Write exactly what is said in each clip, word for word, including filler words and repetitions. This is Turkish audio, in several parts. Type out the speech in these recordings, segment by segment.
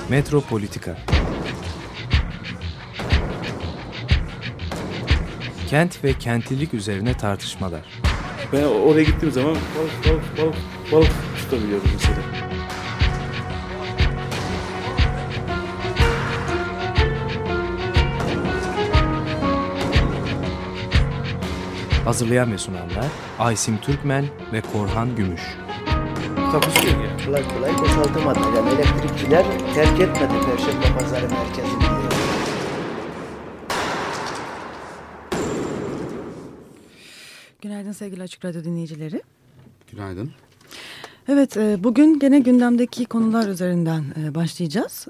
Metropolitika. Kent ve kentlilik üzerine tartışmalar. Ben oraya gittiğim zaman balık balık balık balık tutabiliyorum mesela. Hazırlayan ve sunanlar Aysim Türkmen ve Korhan Gümüş. Takusuyor yani. Kolay kolay boşaltamadı. Yani elektrikçiler terk etmedi Perşembe Pazarı merkezini. Günaydın sevgili Açık Radyo dinleyicileri. Günaydın. Evet, bugün gene gündemdeki konular üzerinden başlayacağız.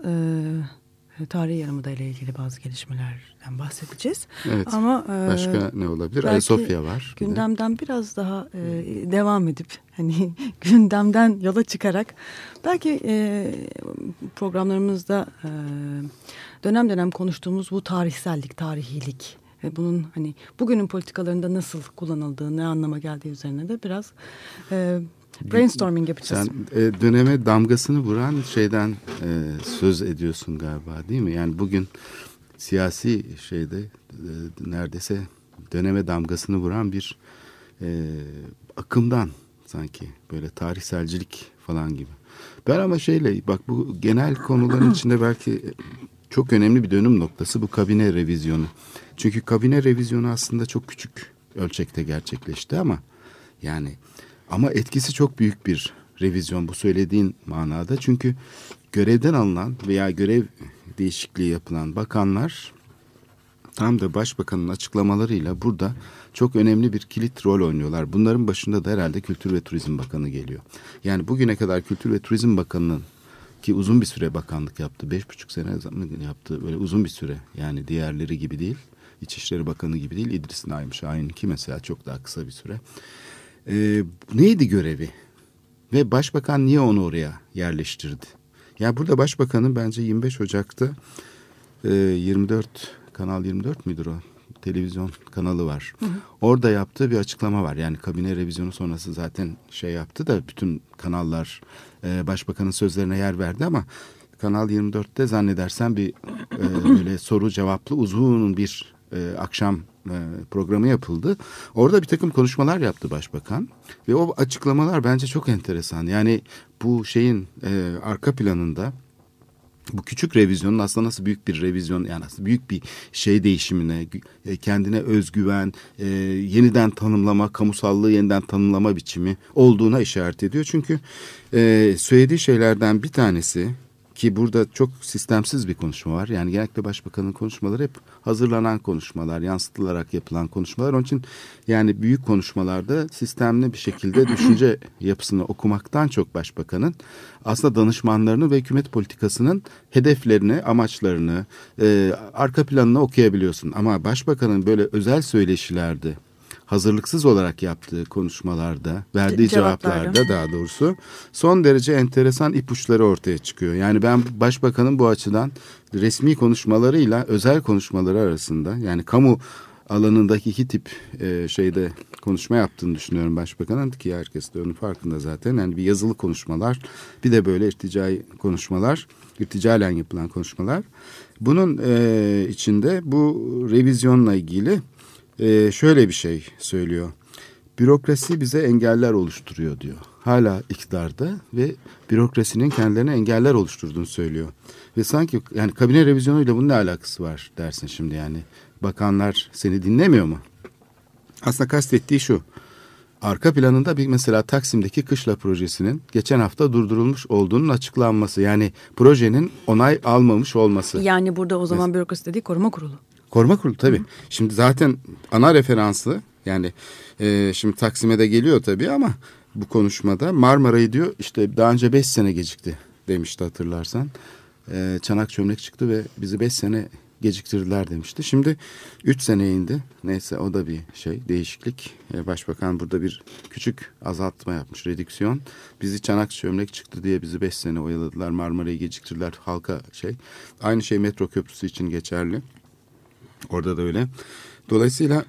Tarihi Yarımada ile ilgili bazı gelişmelerden bahsedeceğiz. Evet. Ama başka ne olabilir? Ayasofya var. Gündemden bir biraz daha e, devam edip hani gündemden yola çıkarak belki e, programlarımızda e, dönem dönem konuştuğumuz bu tarihsellik, tarihilik ve bunun hani bugünün politikalarında nasıl kullanıldığı, ne anlama geldiği üzerine de biraz e, brainstorming yapacağız. Sen e, döneme damgasını vuran şeyden e, söz ediyorsun galiba, değil mi? Yani bugün siyasi şeyde e, neredeyse döneme damgasını vuran bir e, akımdan sanki böyle tarihselcilik falan gibi. Ben ama şeyle bak bu genel konuların içinde belki çok önemli bir dönüm noktası bu kabine revizyonu. Çünkü kabine revizyonu aslında çok küçük ölçekte gerçekleşti ama yani ama etkisi çok büyük bir revizyon bu söylediğin manada. Çünkü görevden alınan veya görev değişikliği yapılan bakanlar tam da başbakanın açıklamalarıyla burada çok önemli bir kilit rol oynuyorlar. Bunların başında da herhalde Kültür ve Turizm Bakanı geliyor. Yani bugüne kadar Kültür ve Turizm Bakanı'nın ki uzun bir süre bakanlık yaptı. Beş buçuk sene yaptı. Böyle uzun bir süre. Yani diğerleri gibi değil. İçişleri Bakanı gibi değil. İdris Naim Şahin'inki mesela çok daha kısa bir süre. Ee, neydi görevi? Ve başbakan niye onu oraya yerleştirdi? Ya burada başbakanın bence yirmi beş Ocak'ta e, yirmi dört Kanal yirmi dört müdür o? Televizyon kanalı var. Hı hı. Orada yaptığı bir açıklama var. Yani kabine revizyonu sonrası zaten şey yaptı da bütün kanallar e, başbakanın sözlerine yer verdi ama Kanal yirmi dörtte zannedersem bir e, böyle soru cevaplı uzun bir e, akşam e, programı yapıldı. Orada bir takım konuşmalar yaptı başbakan ve o açıklamalar bence çok enteresan. Yani bu şeyin e, arka planında bu küçük revizyonun aslında nasıl büyük bir revizyon, yani aslında büyük bir şey değişimine, kendine özgüven, e, yeniden tanımlama, kamusallığı yeniden tanımlama biçimi olduğuna işaret ediyor. Çünkü e, söylediği şeylerden bir tanesi ki burada çok sistemsiz bir konuşma var. Yani genellikle başbakanın konuşmaları hep hazırlanan konuşmalar, yansıtılarak yapılan konuşmalar. Onun için yani büyük konuşmalarda sistemli bir şekilde düşünce yapısını okumaktan çok başbakanın aslında danışmanlarını ve hükümet politikasının hedeflerini, amaçlarını, e, arka planını okuyabiliyorsun. Ama başbakanın böyle özel söyleşilerde, hazırlıksız olarak yaptığı konuşmalarda, verdiği cevaplarda daha doğrusu son derece enteresan ipuçları ortaya çıkıyor. Yani ben başbakanın bu açıdan resmi konuşmalarıyla özel konuşmaları arasında, yani kamu alanındaki iki tip e, şeyde konuşma yaptığını düşünüyorum başbakanın, ki herkes de onun farkında zaten. Yani bir yazılı konuşmalar, bir de böyle irticai konuşmalar, irticalen yapılan konuşmalar. Bunun e, içinde bu revizyonla ilgili Ee, şöyle bir şey söylüyor. Bürokrasi bize engeller oluşturuyor diyor. Hala iktidarda ve bürokrasinin kendilerine engeller oluşturduğunu söylüyor. Ve sanki yani kabine revizyonuyla bunun ne alakası var dersin şimdi yani. Bakanlar seni dinlemiyor mu? Aslında kastettiği şu. Arka planında bir mesela Taksim'deki Kışla projesinin geçen hafta durdurulmuş olduğunun açıklanması. Yani projenin onay almamış olması. Yani burada o zaman bürokrasi dediği koruma kurulu. Koruma kurulu tabii. Hı. Şimdi zaten ana referansı yani e, şimdi Taksim'e de geliyor tabii ama bu konuşmada Marmara'yı diyor işte daha önce beş sene gecikti demişti hatırlarsan. E, çanak çömlek çıktı ve bizi beş sene geciktirdiler demişti. Şimdi üç seneye indi. Neyse o da bir şey değişiklik. E, Başbakan burada bir küçük azaltma yapmış, redüksiyon. Bizi çanak çömlek çıktı diye bizi beş sene oyaladılar, Marmara'yı geciktirdiler, halka şey. Aynı şey metro köprüsü için geçerli. Orada da öyle. Dolayısıyla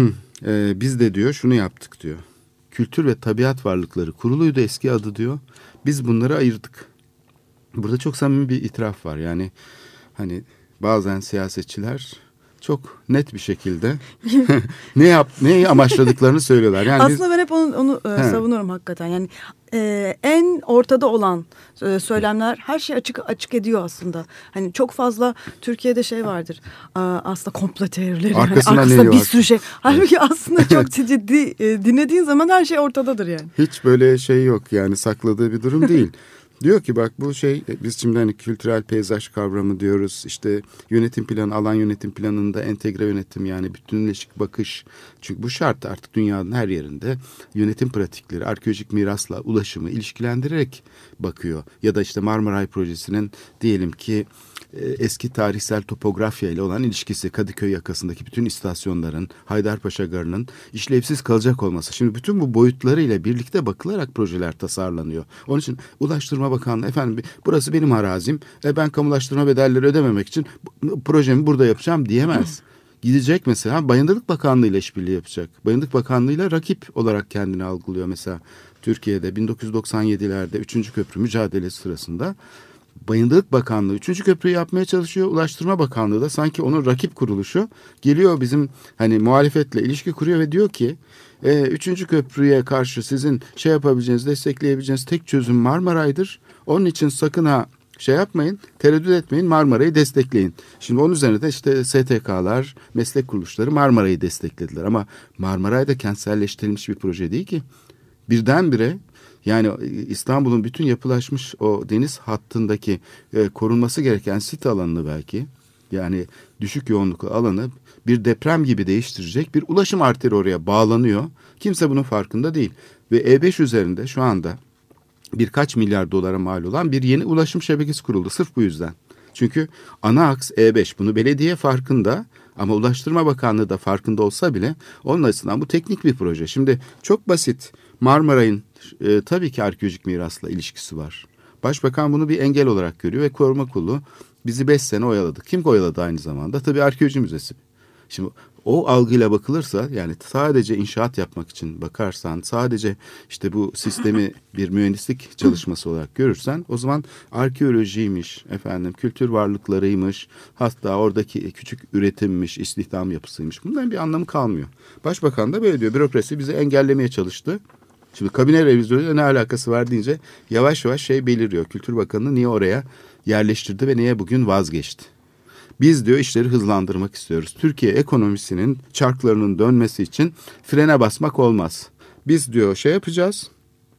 e, biz de diyor şunu yaptık diyor. Kültür ve Tabiat Varlıkları Kurulu'ydu eski adı diyor. Biz bunları ayırdık. burada çok samimi bir itiraf var. Yani hani bazen siyasetçiler çok net bir şekilde ne yap neyi amaçladıklarını söylüyorlar. Yani aslında biz, ben hep onu, onu e, savunuyorum hakikaten. Yani e, en ortada olan e, söylemler her şeyi açık açık ediyor aslında. Hani çok fazla Türkiye'de şey vardır. A, aslında komplo teorileri. Arkasında, yani, arkasında ne bir var? sürü şey. Halbuki aslında çok ciddi e, dinlediğin zaman her şey ortadadır yani. Hiç böyle şey yok yani, sakladığı bir durum değil. Diyor ki bak bu şey, biz şimdi hani kültürel peyzaj kavramı diyoruz. İşte yönetim planı, alan yönetim planında entegre yönetim, yani bütünleşik bakış. Çünkü bu şart, artık dünyanın her yerinde yönetim pratikleri, arkeolojik mirasla ulaşımı ilişkilendirerek bakıyor. Ya da işte Marmaray projesinin diyelim ki eski tarihsel topografya ile olan ilişkisi, Kadıköy yakasındaki bütün istasyonların, Haydarpaşa Garı'nın işlevsiz kalacak olması. Şimdi bütün bu boyutlarıyla birlikte bakılarak projeler tasarlanıyor. Onun için Ulaştırma Bakanlığı, efendim burası benim arazim, e ben kamulaştırma bedelleri ödememek için projemi burada yapacağım diyemez. Gidecek mesela Bayındırlık Bakanlığı ile işbirliği yapacak. Bayındırlık Bakanlığı ile rakip olarak kendini algılıyor mesela. Türkiye'de bin dokuz yüz doksan yedilerde üçüncü köprü mücadelesi sırasında Bayındırlık Bakanlığı üçüncü köprüyü yapmaya çalışıyor. Ulaştırma Bakanlığı da sanki onun rakip kuruluşu geliyor, bizim hani muhalefetle ilişki kuruyor ve diyor ki e, üçüncü köprüye karşı sizin şey yapabileceğiniz, destekleyebileceğiniz tek çözüm Marmaray'dır. Onun için sakın ha şey yapmayın, tereddüt etmeyin, Marmaray'ı destekleyin. Şimdi onun üzerine de işte S T K'lar, meslek kuruluşları Marmaray'ı desteklediler. Ama Marmaray da kentselleştirilmiş bir proje değil ki. Birdenbire yani İstanbul'un bütün yapılaşmış o deniz hattındaki e, korunması gereken sit alanını, belki yani düşük yoğunluklu alanı bir deprem gibi değiştirecek bir ulaşım arteri oraya bağlanıyor. Kimse bunun farkında değil. Ve E beş üzerinde şu anda birkaç milyar dolara mal olan bir yeni ulaşım şebekesi kuruldu sırf bu yüzden. Çünkü ana aks E beş, bunu belediye farkında ama Ulaştırma Bakanlığı da farkında olsa bile onun açısından bu teknik bir proje. Şimdi çok basit, Marmaray'ın e, tabii ki arkeolojik mirasla ilişkisi var. Başbakan bunu bir engel olarak görüyor ve koruma kurulu bizi beş sene oyaladı. Kim oyaladı aynı zamanda? Tabii Arkeoloji Müzesi. Şimdi o algıyla bakılırsa, yani sadece inşaat yapmak için bakarsan, sadece işte bu sistemi bir mühendislik çalışması olarak görürsen, o zaman arkeolojiymiş, efendim kültür varlıklarıymış, hatta oradaki küçük üretimmiş, istihdam yapısıymış, bunların bir anlamı kalmıyor. Başbakan da böyle diyor, bürokrasi bizi engellemeye çalıştı. Şimdi kabine revizyonuyla ne alakası var deyince yavaş yavaş şey beliriyor. Kültür Bakanı niye oraya yerleştirdi ve niye bugün vazgeçti? Biz diyor işleri hızlandırmak istiyoruz. Türkiye ekonomisinin çarklarının dönmesi için frene basmak olmaz. Biz diyor şey yapacağız,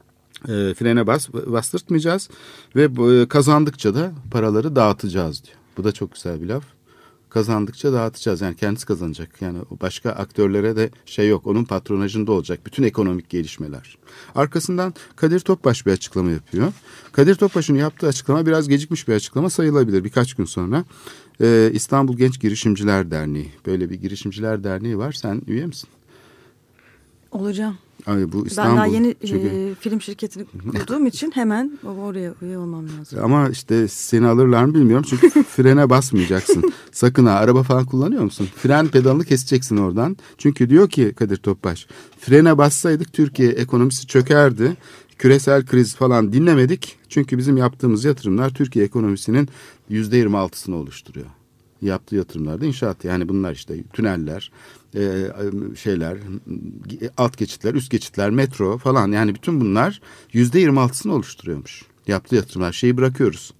e, frene bas, bastırtmayacağız ve e, kazandıkça da paraları dağıtacağız diyor. Bu da çok güzel bir laf. Kazandıkça dağıtacağız, yani kendisi kazanacak. Yani başka aktörlere de şey yok, onun patronajında olacak bütün ekonomik gelişmeler. Arkasından Kadir Topbaş bir açıklama yapıyor. Kadir Topbaş'ın yaptığı açıklama biraz gecikmiş bir açıklama sayılabilir. Birkaç gün sonra Ee, İstanbul Genç Girişimciler Derneği, böyle bir girişimciler derneği var. Sen üye misin? Olacağım. Abi bu İstanbul, ben daha yeni çünkü... e, film şirketini kurduğum için hemen oraya üye olmam lazım. Ama işte seni alırlar mı bilmiyorum, çünkü frene basmayacaksın. Sakın ha, araba falan kullanıyor musun? Fren pedalını keseceksin oradan. Çünkü diyor ki Kadir Topbaş, frene bassaydık Türkiye ekonomisi çökerdi. Küresel kriz falan dinlemedik. Çünkü bizim yaptığımız yatırımlar Türkiye ekonomisinin yüzde yirmi altısını oluşturuyor. Yaptığı yatırımlar da inşaat. Yani bunlar işte tüneller, e, şeyler, alt geçitler, üst geçitler, metro falan. Yani bütün bunlar yüzde yirmi altısını oluşturuyormuş. Yaptığı yatırımlar. Şeyi bırakıyoruz.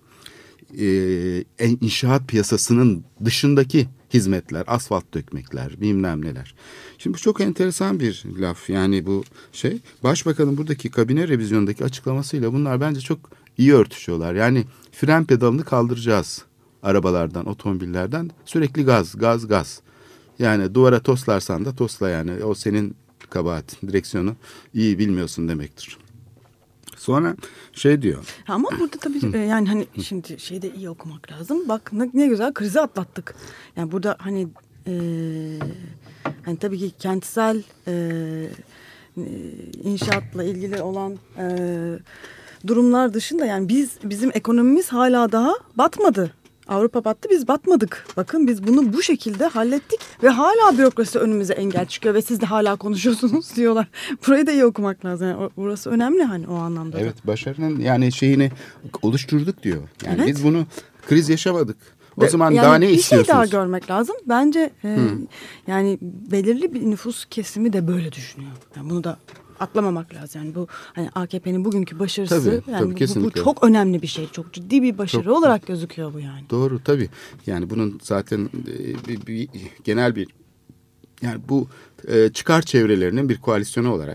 E, inşaat piyasasının dışındaki hizmetler, asfalt dökmekler, bilmem neler. Şimdi bu çok enteresan bir laf. Yani bu şey, Başbakanın buradaki kabine revizyondaki açıklamasıyla bunlar bence çok iyi örtüşüyorlar. Yani fren pedalını kaldıracağız arabalardan, otomobillerden. Sürekli gaz, gaz, gaz. Yani duvara toslarsan da tosla yani. O senin kabahatin. Direksiyonu iyi bilmiyorsun demektir. Sonra şey diyor. Ama burada tabii yani hani şimdi şeyi de iyi okumak lazım. Bak ne, ne güzel krizi atlattık. Yani burada hani e, hani tabii ki kentsel e, inşaatla ilgili olan e, durumlar dışında yani biz bizim ekonomimiz hala daha batmadı. Avrupa battı, biz batmadık. Bakın biz bunu bu şekilde hallettik ve hala bürokrasi önümüze engel çıkıyor ve siz de hala konuşuyorsunuz diyorlar. Burayı da iyi okumak lazım. Yani burası önemli hani o anlamda. Evet, başarının yani şeyini oluşturduk diyor. Yani evet. Biz bunu kriz yaşamadık. O zaman yani daha ne bir istiyorsunuz? Bir şey daha görmek lazım. Bence e, yani belirli bir nüfus kesimi de böyle düşünüyor. Yani bunu da atlamamak lazım. Yani bu hani A K P'nin bugünkü başarısı tabii, yani tabii, bu, bu çok önemli bir şey. Çok ciddi bir başarı çok, olarak gözüküyor bu yani. Doğru tabii. Yani bunun zaten e, bir, bir genel bir yani bu e, çıkar çevrelerinin bir koalisyonu olarak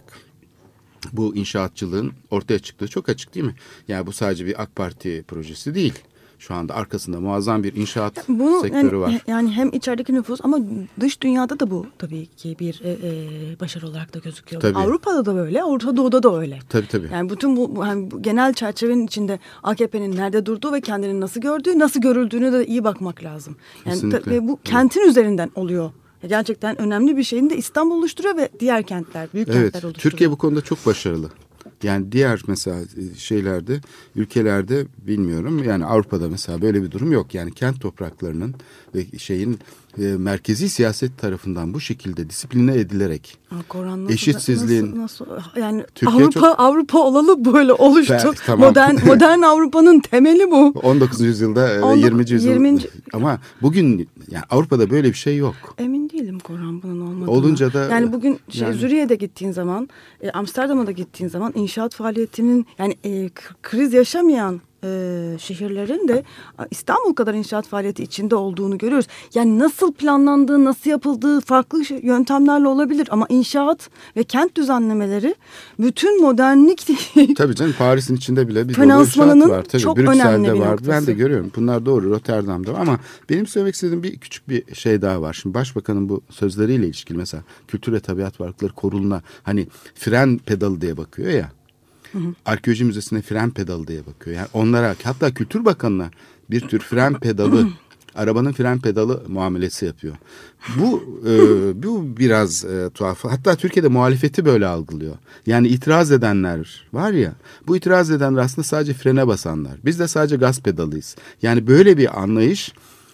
bu inşaatçılığın ortaya çıktığı çok açık değil mi? Yani bu sadece bir AK Parti projesi değil. Şu anda arkasında muazzam bir inşaat bunu, sektörü yani, var. Yani hem içerideki nüfus ama dış dünyada da bu tabii ki bir e, e, başarı olarak da gözüküyor. Tabii. Avrupa'da da böyle, Orta Doğu'da da öyle. Tabii tabii. Yani bütün bu yani genel çerçevenin içinde A K P'nin nerede durduğu ve kendini nasıl gördüğü, nasıl görüldüğüne de iyi bakmak lazım. Yani Kesinlikle. ve bu kentin evet. üzerinden oluyor. Gerçekten önemli bir şeyini de İstanbul oluşturuyor ve diğer kentler, büyük evet, kentler oluşturuyor. Türkiye bu konuda çok başarılı. Yani diğer mesela şeylerde, ülkelerde bilmiyorum. Yani Avrupa'da mesela böyle bir durum yok. Yani kent topraklarının ve şeyin e, merkezi siyaset tarafından bu şekilde disipline edilerek nasıl, eşitsizliğin nasıl, nasıl, yani Türkiye Avrupa çok... Avrupa olalı böyle oluştu. Ben, tamam. Modern modern Avrupa'nın temeli bu. on dokuzuncu yüzyılda on dokuz, yirminci yüzyılda yirminci ama bugün yani Avrupa'da böyle bir şey yok. Emin değilim Korhan bunun olmadığına. Olunca da yani bugün şey, yani... Zürih'e de gittiğin zaman, e, Amsterdam'a da gittiğin zaman inşaat faaliyetinin yani e, kriz yaşamayan e, şehirlerin de İstanbul kadar inşaat faaliyeti içinde olduğunu görüyoruz. Yani nasıl planlandığı, nasıl yapıldığı farklı yöntemlerle olabilir ama inşaat ve kent düzenlemeleri bütün modernlik tabii canım Paris'in içinde bile bir finansmanının var. Tabii, çok Brüksel'de önemli bir var. noktası. Ben de görüyorum. Bunlar doğru, Rotterdam'da var ama benim söylemek istediğim bir küçük bir şey daha var. Şimdi Başbakanın bu sözleriyle ilişkili mesela Kültür ve Tabiat Varlıkları Kurulu'na hani fren pedalı diye bakıyor ya. Hı hı. Arkeoloji Müzesi'ne fren pedalı diye bakıyor. Yani onlara hatta Kültür Bakanı'na bir tür fren pedalı, arabanın fren pedalı muamelesi yapıyor. Bu e, bu biraz e, tuhaf. Hatta Türkiye'de muhalefeti böyle algılıyor. Yani itiraz edenler var ya, bu itiraz edenler aslında sadece frene basanlar. Biz de sadece gaz pedalıyız. Yani böyle bir anlayış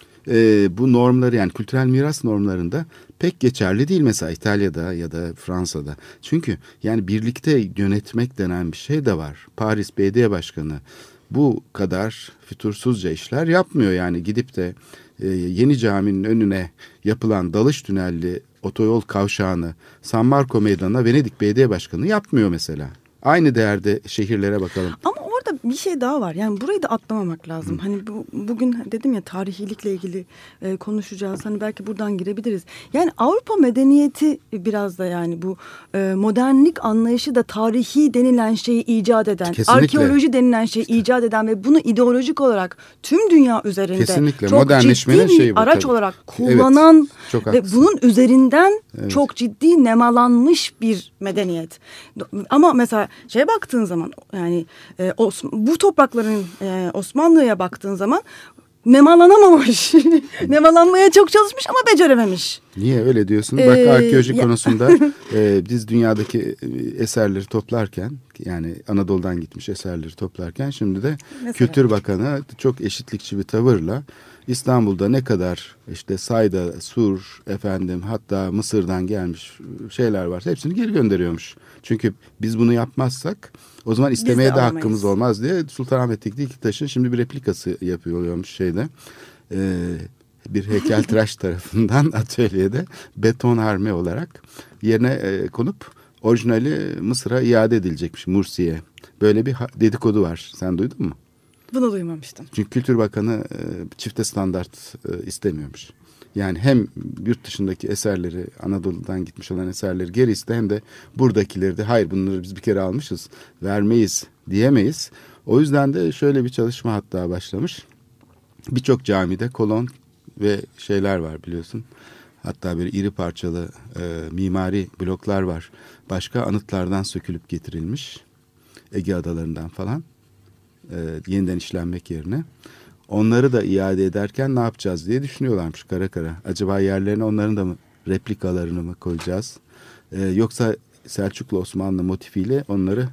e, bu normları yani kültürel miras normlarında pek geçerli değil mesela İtalya'da ya da Fransa'da. Çünkü yani birlikte yönetmek denen bir şey de var. Paris Belediye Başkanı bu kadar fütursuzca işler yapmıyor. Yani gidip de e, Yeni Cami'nin önüne yapılan dalış tünelli otoyol kavşağını San Marco Meydanı'na Venedik Belediye Başkanı yapmıyor mesela. Aynı değerde şehirlere bakalım. Ama orada bir şey daha var. Yani burayı da atlamamak lazım. Hı. Hani bu, bugün dedim ya tarihilikle ilgili e, konuşacağız. Hani belki buradan girebiliriz. Yani Avrupa medeniyeti biraz da yani bu e, modernlik anlayışı da tarihi denilen şeyi icat eden, kesinlikle. Arkeoloji denilen şeyi işte. icat eden ve bunu ideolojik olarak tüm dünya üzerinde kesinlikle. çok ciddi bir şeyi bu, araç tabii. olarak kullanan evet, ve bunun üzerinden evet. çok ciddi nemalanmış bir medeniyet. Ama mesela şeye baktığın zaman yani e, Os- bu toprakların e, Osmanlı'ya baktığın zaman nemalanamamış. Nemalanmaya çok çalışmış ama becerememiş. Niye öyle diyorsun? Bak ee, arkeoloji ya... konusunda e, biz dünyadaki eserleri toplarken yani Anadolu'dan gitmiş eserleri toplarken şimdi de mesela? Kültür Bakanı çok eşitlikçi bir tavırla İstanbul'da ne kadar işte Sayda, Sur, efendim hatta Mısır'dan gelmiş şeyler varsa hepsini geri gönderiyormuş. Çünkü biz bunu yapmazsak o zaman istemeye de, de hakkımız olmaz diye Sultanahmet'teki Diktaş'ın şimdi bir replikası yapıyormuş şeyde. Ee, bir heykeltıraş tarafından atölyede betonarme olarak yerine e, konup orijinali Mısır'a iade edilecekmiş Mursi'ye. Böyle bir dedikodu var. Sen duydun mu? Bunu duymamıştım. Çünkü Kültür Bakanı e, çifte standart e, istemiyormuş. Yani hem yurt dışındaki eserleri Anadolu'dan gitmiş olan eserleri geri iste hem de buradakileri de hayır bunları biz bir kere almışız vermeyiz diyemeyiz. O yüzden de şöyle bir çalışma hatta başlamış. Birçok camide kolon ve şeyler var biliyorsun. Hatta böyle iri parçalı e, mimari bloklar var. Başka anıtlardan sökülüp getirilmiş. Ege adalarından falan. E, yeniden işlenmek yerine. Onları da iade ederken ne yapacağız diye düşünüyorlarmış kara kara. Acaba yerlerine onların da mı replikalarını mı koyacağız? Ee, yoksa Selçuklu Osmanlı motifiyle onları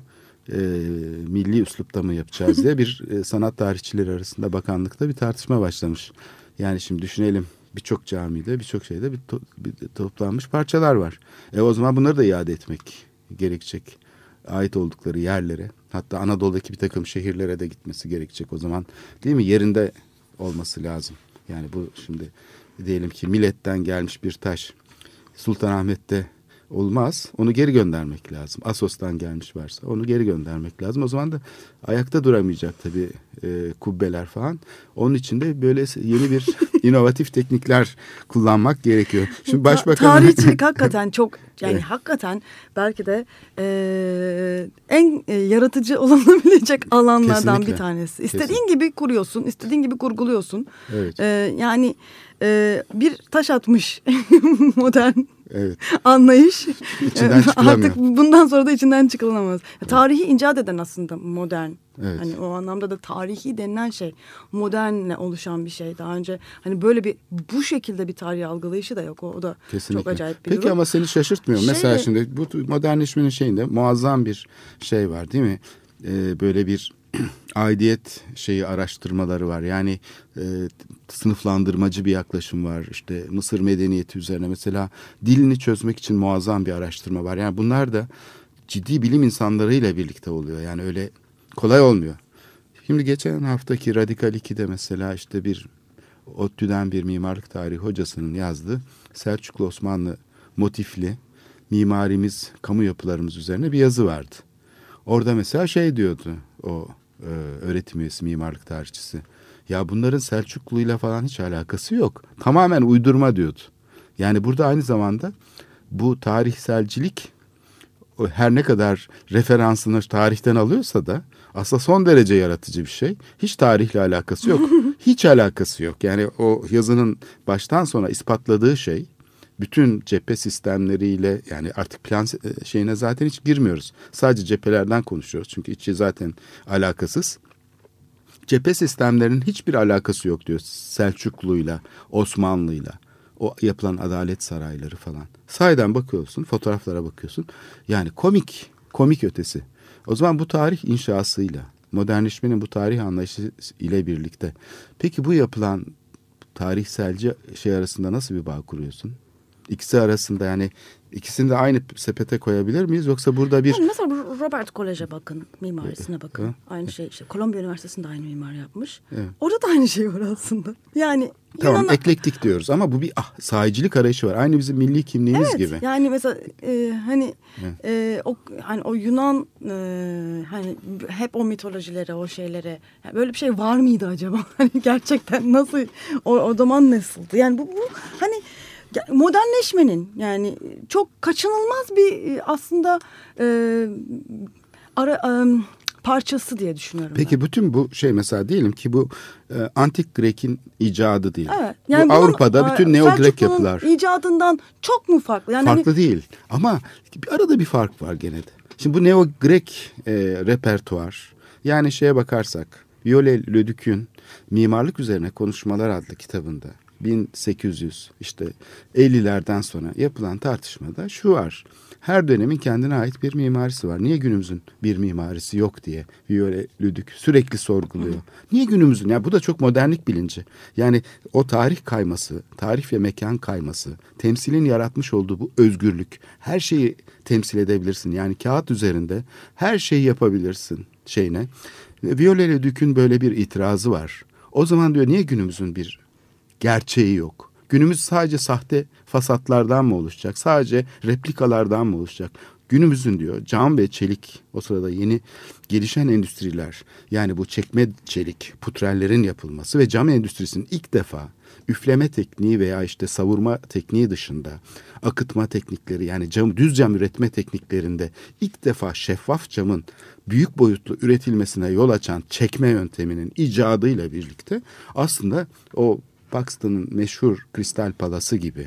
e, milli üslupta mı yapacağız diye bir e, sanat tarihçileri arasında bakanlıkta bir tartışma başlamış. Yani şimdi düşünelim, birçok camide, birçok şeyde bir, to, bir toplanmış parçalar var. E o zaman bunları da iade etmek gerekecek. Ait oldukları yerlere, hatta Anadolu'daki bir takım şehirlere de gitmesi gerekecek o zaman, değil mi? Yerinde olması lazım. Yani bu şimdi diyelim ki Millet'ten gelmiş bir taş Sultanahmet'te olmaz. Onu geri göndermek lazım. Assos'tan gelmiş varsa onu geri göndermek lazım. O zaman da ayakta duramayacak tabii e, kubbeler falan. Onun için de böyle yeni bir inovatif teknikler kullanmak gerekiyor. Şimdi başbakan... Tarihçilik hakikaten çok, yani Evet. hakikaten belki de e, en e, yaratıcı olunabilecek alanlardan Kesinlikle. bir tanesi. İstediğin Kesinlikle. gibi kuruyorsun, istediğin gibi kurguluyorsun. Evet. E, yani e, bir taş atmış modern Evet. anlayış. İçinden çıkılamıyor. Artık bundan sonra da içinden çıkılamaz. Tarihi icat eden aslında modern. Evet. Hani o anlamda da tarihi denilen şey modernle oluşan bir şey. Daha önce hani böyle bir bu şekilde bir tarihi algılayışı da yok. O, o da Kesinlikle. çok acayip bir Peki durum. ama seni şaşırtmıyor. Şey- Mesela şimdi bu modernleşmenin şeyinde muazzam bir şey var, değil mi? Ee, böyle bir aidiyet şeyi araştırmaları var. Yani e, sınıflandırmacı bir yaklaşım var. İşte Mısır medeniyeti üzerine mesela dilini çözmek için muazzam bir araştırma var. Yani bunlar da ciddi bilim insanlarıyla birlikte oluyor. Yani öyle kolay olmuyor. Şimdi geçen haftaki Radikal iki'de mesela işte bir ODTÜ'den bir mimarlık tarihi hocasının yazdığı Selçuklu Osmanlı motifli mimarimiz, kamu yapılarımız üzerine bir yazı vardı. Orada mesela şey diyordu o e, öğretim üyesi, mimarlık tarihçisi. Ya bunların Selçuklu'yla falan hiç alakası yok. Tamamen uydurma diyordu. Yani burada aynı zamanda bu tarihselcilik o her ne kadar referansını tarihten alıyorsa da aslında son derece yaratıcı bir şey. Hiç tarihle alakası yok. Hiç alakası yok. Yani o yazının baştan sona ispatladığı şey bütün cephe sistemleriyle, yani artık plan şeyine zaten hiç girmiyoruz. Sadece cephelerden konuşuyoruz. Çünkü içi zaten alakasız. Cephe sistemlerinin hiçbir alakası yok diyor Selçuklu'yla, Osmanlı'yla. O yapılan adalet sarayları falan. Sahiden bakıyorsun, fotoğraflara bakıyorsun. Yani komik, komik ötesi. O zaman bu tarih inşasıyla, modernleşmenin bu tarih anlayışı ile birlikte. Peki bu yapılan tarihselci şey arasında nasıl bir bağ kuruyorsun? İkisi arasında, yani ikisini de aynı sepete koyabilir miyiz? Yoksa burada bir... Yani mesela Robert Kolej'e bakın, mimarisine bakın. Evet. Aynı şey işte. Kolombiya Üniversitesi'nde aynı mimar yapmış. Evet. Orada da aynı şey var aslında. Yani Tamam, Yunan... eklektik diyoruz ama bu bir ah, sahicilik arayışı var. Aynı bizim milli kimliğimiz evet, gibi. yani mesela e, hani Evet. e, o hani o Yunan e, hani hep o mitolojilere, o şeylere, yani böyle bir şey var mıydı acaba? Hani gerçekten nasıl o, o zaman nasıldı? Yani bu, bu hani modernleşmenin yani çok kaçınılmaz bir aslında e, ara e, parçası diye düşünüyorum. Peki ben. bütün bu şey mesela diyelim ki bu e, antik Grek'in icadı değil. Evet, yani bu bunun, Avrupa'da bütün Neo-Grek Selçuklu'nun yapılar. icadından çok mu farklı? Yani farklı hani, değil ama bir arada bir fark var gene de. Şimdi bu Neo-Grek e, repertuar, yani şeye bakarsak Viollet-le-Duc'ün Mimarlık Üzerine Konuşmalar adlı kitabında bin sekiz yüz işte ellilerden sonra yapılan tartışmada şu var. Her dönemin kendine ait bir mimarisi var. Niye günümüzün bir mimarisi yok diye Viollet-le-Duc sürekli sorguluyor. Niye günümüzün? Ya bu da çok modernlik bilinci. Yani o tarih kayması, tarih ve mekan kayması, temsilin yaratmış olduğu bu özgürlük. Her şeyi temsil edebilirsin. Yani kağıt üzerinde her şeyi yapabilirsin şeyine. Viollet-le-Duc'ün böyle bir itirazı var. O zaman diyor niye günümüzün bir gerçeği yok? Günümüz sadece sahte fasatlardan mı oluşacak? Sadece replikalardan mı oluşacak? Günümüzün diyor cam ve çelik, o sırada yeni gelişen endüstriler, yani bu çekme çelik, putrellerin yapılması ve cam endüstrisinin ilk defa üfleme tekniği veya işte savurma tekniği dışında akıtma teknikleri, yani cam, düz cam üretme tekniklerinde ilk defa şeffaf camın büyük boyutlu üretilmesine yol açan çekme yönteminin icadıyla birlikte aslında o Buxton'ın meşhur Kristal Palası gibi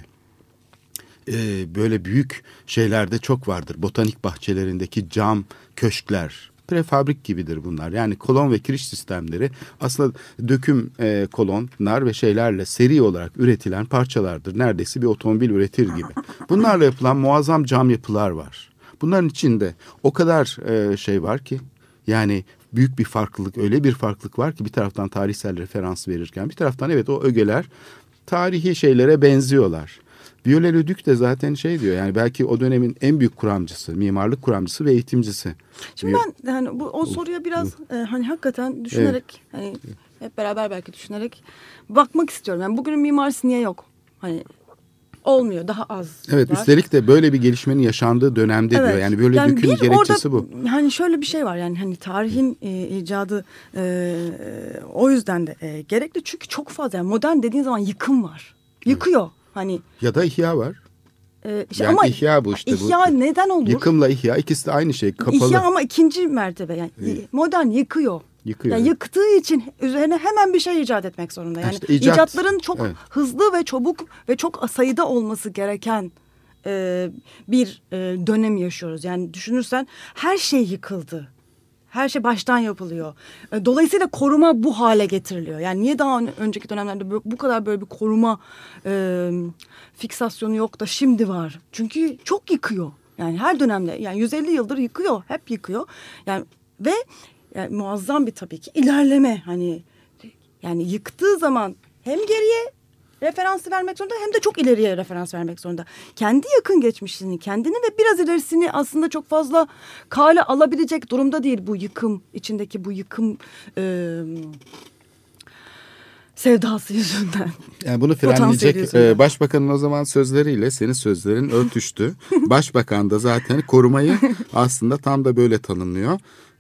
e, böyle büyük şeylerde çok vardır. Botanik bahçelerindeki cam köşkler, prefabrik gibidir bunlar. Yani kolon ve kiriş sistemleri aslında döküm e, kolonlar ve şeylerle seri olarak üretilen parçalardır. Neredeyse bir otomobil üretir gibi. Bunlarla yapılan muazzam cam yapılar var. Bunların içinde o kadar e, şey var ki, Yani büyük bir farklılık, öyle bir farklılık var ki bir taraftan tarihsel referans verirken bir taraftan evet o ögeler tarihi şeylere benziyorlar. Viollet-le-Duc de zaten şey diyor, yani belki o dönemin en büyük kuramcısı, mimarlık kuramcısı ve eğitimcisi. Şimdi ben yani bu o soruya biraz e, hani hakikaten düşünerek evet. hani hep beraber belki düşünerek bakmak istiyorum. Yani bugünün mimarisi niye yok? Hani olmuyor, daha az. Evet, var. Üstelik de böyle bir gelişmenin yaşandığı dönemde evet. diyor. Yani böyle yani Duc'un gerekçesi bu. Hani şöyle bir şey var, yani hani tarihin e, icadı e, o yüzden de e, gerekli. Çünkü çok fazla, yani modern dediğin zaman yıkım var. Yıkıyor. Evet. Hani ya da ihya var. Ee, işte yani ama ihya bu işte. İhya bu. neden olur? Yıkımla ihya ikisi de aynı şey. Kapalı. İhya ama ikinci mertebe. Yani evet. Modern yıkıyor. Yıkıyor. Yani yıktığı için üzerine hemen bir şey icat etmek zorunda. Yani işte icat. icatların çok evet. hızlı ve çabuk ve çok sayıda olması gereken e, bir e, dönem yaşıyoruz. Yani düşünürsen her şey yıkıldı. Her şey baştan yapılıyor. Dolayısıyla koruma bu hale getiriliyor. Yani niye daha önceki dönemlerde bu kadar böyle bir koruma e, fiksasyonu yok da şimdi var? Çünkü çok yıkıyor. Yani her dönemde, yani yüz elli yıldır yıkıyor. Hep yıkıyor. Yani ve yani muazzam bir tabii ki ilerleme. Hani yani yıktığı zaman hem geriye referansı vermek zorunda hem de çok ileriye referans vermek zorunda. Kendi yakın geçmişini, kendini ve biraz ilerisini aslında çok fazla kale alabilecek durumda değil bu yıkım, içindeki bu yıkım e, sevdası yüzünden. Yani bunu frenleyecek e, başbakanın o zaman sözleriyle senin sözlerin örtüştü. Başbakan da zaten korumayı aslında tam da böyle tanımlıyor.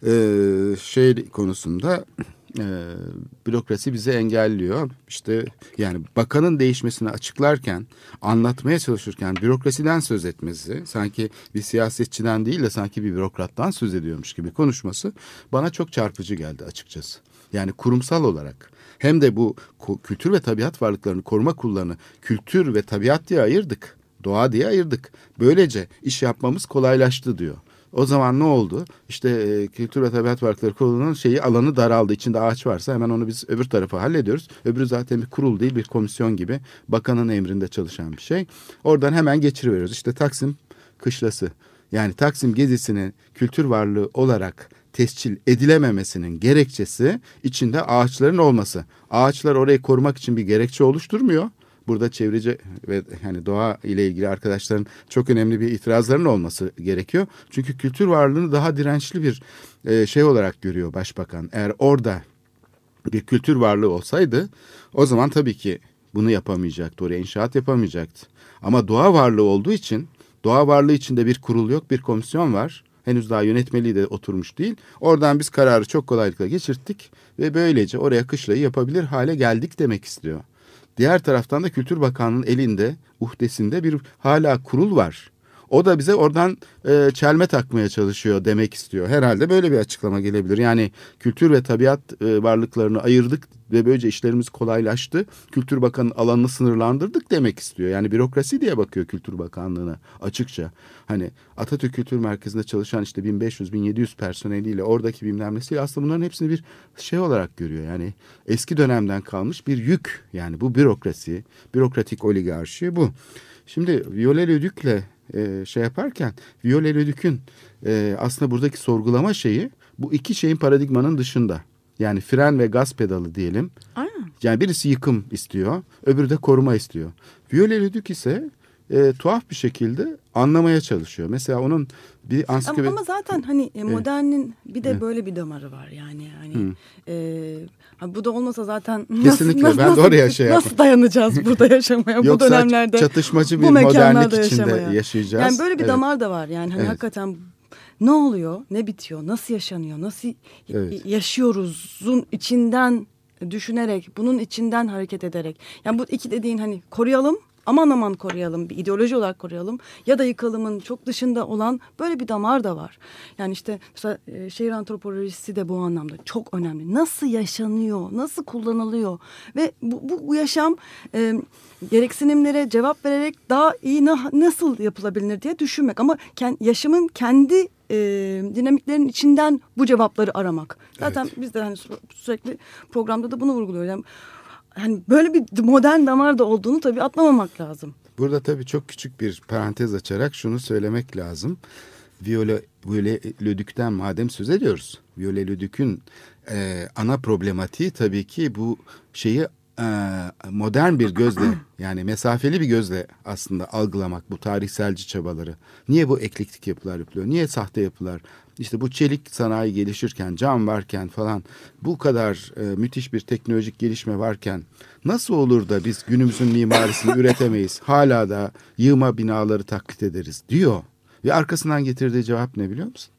E, şey konusunda... Ee, bürokrasi bizi engelliyor. İşte yani bakanın değişmesini açıklarken, anlatmaya çalışırken bürokrasiden söz etmesi, sanki bir siyasetçiden değil de sanki bir bürokrattan söz ediyormuş gibi konuşması bana çok çarpıcı geldi açıkçası. Yani kurumsal olarak hem de bu kültür ve tabiat varlıklarını koruma kurullarını kültür ve tabiat diye ayırdık, doğa diye ayırdık. Böylece iş yapmamız kolaylaştı diyor. O zaman ne oldu? İşte e, Kültür ve Tabiat Varlıkları Kurulu'nun şeyi alanı daraldı. İçinde ağaç varsa hemen onu biz öbür tarafa hallediyoruz. Öbürü zaten bir kurul değil, bir komisyon gibi bakanın emrinde çalışan bir şey. Oradan hemen geçiriveriyoruz. İşte Taksim Kışlası. Yani Taksim gezisinin kültür varlığı olarak tescil edilememesinin gerekçesi içinde ağaçların olması. Ağaçlar orayı korumak için bir gerekçe oluşturmuyor. Burada çevreci ve yani doğa ile ilgili arkadaşların çok önemli bir itirazların olması gerekiyor. Çünkü kültür varlığını daha dirençli bir e, şey olarak görüyor başbakan. Eğer orada bir kültür varlığı olsaydı o zaman tabii ki bunu yapamayacaktı. Oraya inşaat yapamayacaktı. Ama doğa varlığı olduğu için, doğa varlığı içinde bir kurul yok, bir komisyon var. Henüz daha yönetmeliği de oturmuş değil. Oradan biz kararı çok kolaylıkla geçirttik ve böylece oraya kışlayı yapabilir hale geldik demek istiyor. Diğer taraftan da Kültür Bakanlığı'nın elinde, uhdesinde bir hala kurul var. O da bize oradan e, çelme takmaya çalışıyor demek istiyor. Herhalde böyle bir açıklama gelebilir. Yani kültür ve tabiat e, varlıklarını ayırdık ve böylece işlerimiz kolaylaştı. Kültür Bakanı'nın alanını sınırlandırdık demek istiyor. Yani bürokrasi diye bakıyor Kültür Bakanlığı'na açıkça. Hani Atatürk Kültür Merkezi'nde çalışan işte bin beş yüz bin yedi yüz personeliyle oradaki bilmem nesiyle aslında bunların hepsini bir şey olarak görüyor. Yani eski dönemden kalmış bir yük. Yani bu bürokrasi, bürokratik oligarşi bu. Şimdi Viollet-le-Duc'le e, şey yaparken Viollet-le-Duc'un e, aslında buradaki sorgulama şeyi bu iki şeyin paradigmanın dışında. Yani fren ve gaz pedalı diyelim. Aynen. Yani birisi yıkım istiyor, öbürü de koruma istiyor. Viollet-le-Duc ise e, tuhaf bir şekilde anlamaya çalışıyor. Mesela onun bir ansiklopedi... Ama, ama zaten hani modernin bir de evet. böyle bir damarı var yani. Hani e, bu da olmasa zaten kesinlikle nasıl, ben nasıl, de oraya şey yapayım. Nasıl dayanacağız burada yaşamaya bu dönemlerde? Yoksa çatışmacı bir modernlik içinde yaşamaya. yaşayacağız. Yani böyle bir evet. damar da var yani hani evet. hakikaten ne oluyor, ne bitiyor, nasıl yaşanıyor, nasıl evet. yaşıyoruzun içinden düşünerek, bunun içinden hareket ederek. Yani bu iki dediğin hani koruyalım, aman aman koruyalım, bir ideoloji olarak koruyalım ya da yıkalımın çok dışında olan böyle bir damar da var. Yani işte mesela e, şehir antropolojisi de bu anlamda çok önemli. Nasıl yaşanıyor, nasıl kullanılıyor ve bu, bu, bu yaşam e, gereksinimlere cevap vererek daha iyi na, nasıl yapılabilir diye düşünmek. Ama kend, yaşamın kendi e, dinamiklerin içinden bu cevapları aramak. Zaten evet. biz de hani sürekli programda da bunu vurguluyoruz. Yani, hani böyle bir modern damar da olduğunu tabii atlamamak lazım. Burada tabii çok küçük bir parantez açarak şunu söylemek lazım. Viollet-le-Duc'ten madem söz ediyoruz. Viollet-le-Duc'ün e, ana problematiği tabii ki bu şeyi e, modern bir gözle, yani mesafeli bir gözle aslında algılamak, bu tarihselci çabaları. Niye bu eklektik yapılar yapılıyor? Niye sahte yapılar? İşte bu çelik sanayi gelişirken, cam varken falan, bu kadar e, müthiş bir teknolojik gelişme varken nasıl olur da biz günümüzün mimarisini üretemeyiz? Hala da yığma binaları taklit ederiz diyor. Ve arkasından getirdiği cevap ne biliyor musun?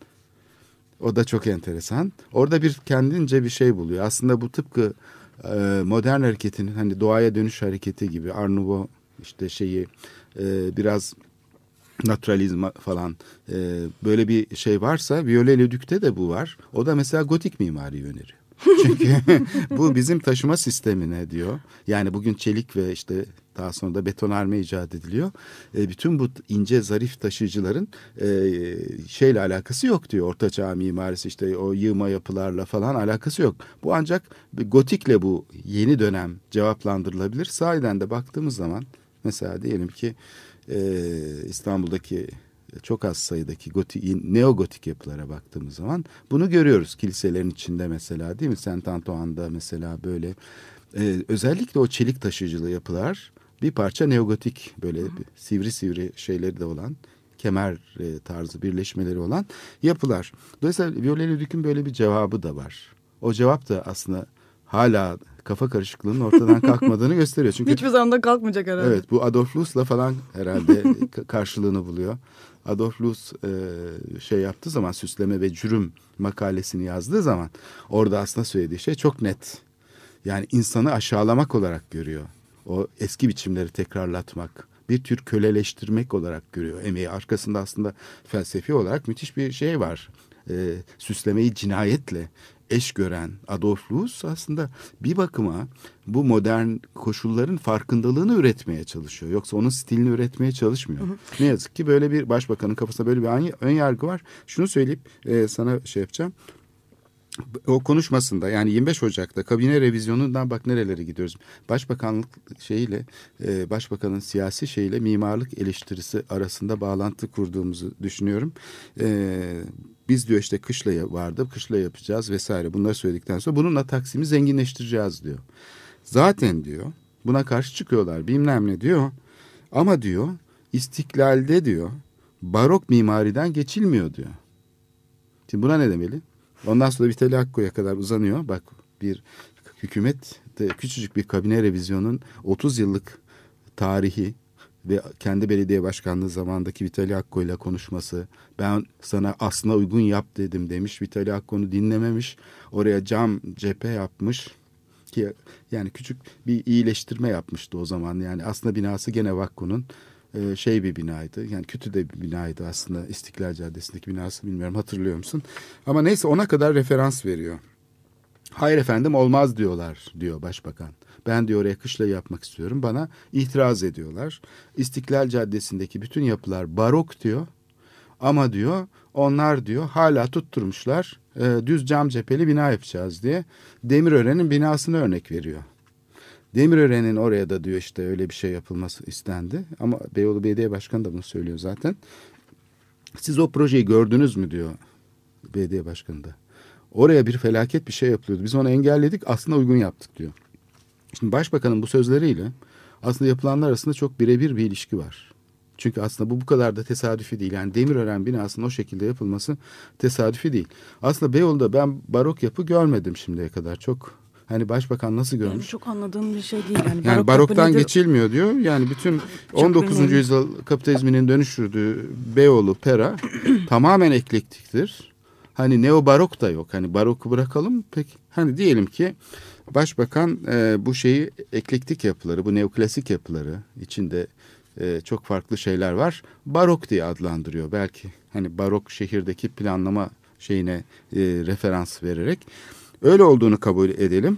O da çok enteresan. Orada bir kendince bir şey buluyor. Aslında bu tıpkı e, modern hareketinin, hani doğaya dönüş hareketi gibi, Art Nouveau işte şeyi e, biraz naturalizm falan e, böyle bir şey varsa Viollet-le-Duc'te de bu var. O da mesela gotik mimariyi öneriyor. Çünkü bu bizim taşıma sistemine diyor. Yani bugün çelik ve işte daha sonra da betonarme icat ediliyor. E, bütün bu ince zarif taşıyıcıların e, şeyle alakası yok diyor. Ortaçağ mimarisi işte o yığma yapılarla falan alakası yok. Bu ancak gotikle bu yeni dönem cevaplandırılabilir. Sahiden de baktığımız zaman mesela diyelim ki e, İstanbul'daki çok az sayıdaki gotik, neogotik yapılara baktığımız zaman bunu görüyoruz. Kiliselerin içinde mesela, değil mi? Saint Antoine'da mesela böyle e, özellikle o çelik taşıyıcılı yapılar bir parça neogotik, böyle sivri sivri şeyleri de olan, kemer e, tarzı birleşmeleri olan yapılar. Dolayısıyla Viollet-le-Duc'ün böyle bir cevabı da var. O cevap da aslında hala kafa karışıklığının ortadan kalkmadığını gösteriyor. Çünkü hiçbir zaman da kalkmayacak herhalde. Evet, bu Adolf Loos'la falan herhalde karşılığını buluyor. Adolf Loos e, şey yaptığı zaman, süsleme ve cürüm makalesini yazdığı zaman orada aslında söylediği şey çok net. Yani insanı aşağılamak olarak görüyor. O eski biçimleri tekrarlatmak, bir tür köleleştirmek olarak görüyor emeği. Arkasında aslında felsefi olarak müthiş bir şey var. E, süslemeyi cinayetle eş gören Adolf Loos aslında bir bakıma bu modern koşulların farkındalığını üretmeye çalışıyor. Yoksa onun stilini üretmeye çalışmıyor. Hı hı. Ne yazık ki böyle bir başbakanın kafasında böyle bir ön yargı var. Şunu söyleyip e, sana şey yapacağım. O konuşmasında, yani yirmi beş Ocak'ta kabine revizyonundan bak nerelere gidiyoruz. Başbakanlık şeyiyle, e, başbakanın siyasi şeyiyle mimarlık eleştirisi arasında bağlantı kurduğumuzu düşünüyorum. E, biz diyor işte kışla vardı, kışla yapacağız vesaire, bunları söyledikten sonra bununla Taksim'i zenginleştireceğiz diyor. Zaten diyor buna karşı çıkıyorlar bilmem ne diyor. Ama diyor İstiklal'de diyor barok mimariden geçilmiyor diyor. Şimdi buna ne demeli? Ondan sonra Vitali Akko'ya kadar uzanıyor. Bak, bir hükümet de küçücük bir kabine revizyonun otuz yıllık tarihi ve kendi belediye başkanlığı zamandaki Vitali Akko ile konuşması. Ben sana aslına uygun yap dedim demiş. Vitali Akko'nu dinlememiş. Oraya cam cephe yapmış. Ki yani küçük bir iyileştirme yapmıştı o zaman. Yani aslında binası gene Vakko'nun şey bir binaydı. Yani kötü de bir binaydı aslında. İstiklal Caddesi'ndeki binası, bilmiyorum hatırlıyor musun? Ama neyse, ona kadar referans veriyor. Hayır efendim olmaz diyorlar diyor başbakan. Ben diyor oraya kışla yapmak istiyorum. Bana itiraz ediyorlar. İstiklal Caddesi'ndeki bütün yapılar barok diyor. Ama diyor onlar diyor hala tutturmuşlar e, düz cam cepheli bina yapacağız diye. Demirören'in binasını örnek veriyor. Demirören'in oraya da diyor işte öyle bir şey yapılması istendi. Ama Beyoğlu Belediye Başkanı da bunu söylüyor zaten. Siz o projeyi gördünüz mü diyor belediye başkanı da. Oraya bir felaket bir şey yapılıyordu. Biz onu engelledik, aslında uygun yaptık diyor. Şimdi başbakanın bu sözleriyle aslında yapılanlar arasında çok birebir bir ilişki var. Çünkü aslında bu bu kadar da tesadüfi değil. Yani Demirören binasının o şekilde yapılması tesadüfi değil. Aslında Beyoğlu'da ben barok yapı görmedim şimdiye kadar. Çok hani başbakan nasıl görmüş? Yani çok anladığım bir şey değil. Yani, yani barok baroktan geçilmiyor diyor. Yani bütün on dokuzuncu yüzyıl kapitalizminin dönüştürdüğü Beyoğlu, Pera tamamen eklektiktir. Hani neobarok da yok. Hani baroku bırakalım. Peki hani diyelim ki başbakan e, bu şeyi eklektik yapıları, bu neoklasik yapıları içinde e, çok farklı şeyler var. Barok diye adlandırıyor. Belki hani barok şehirdeki planlama şeyine e, referans vererek öyle olduğunu kabul edelim.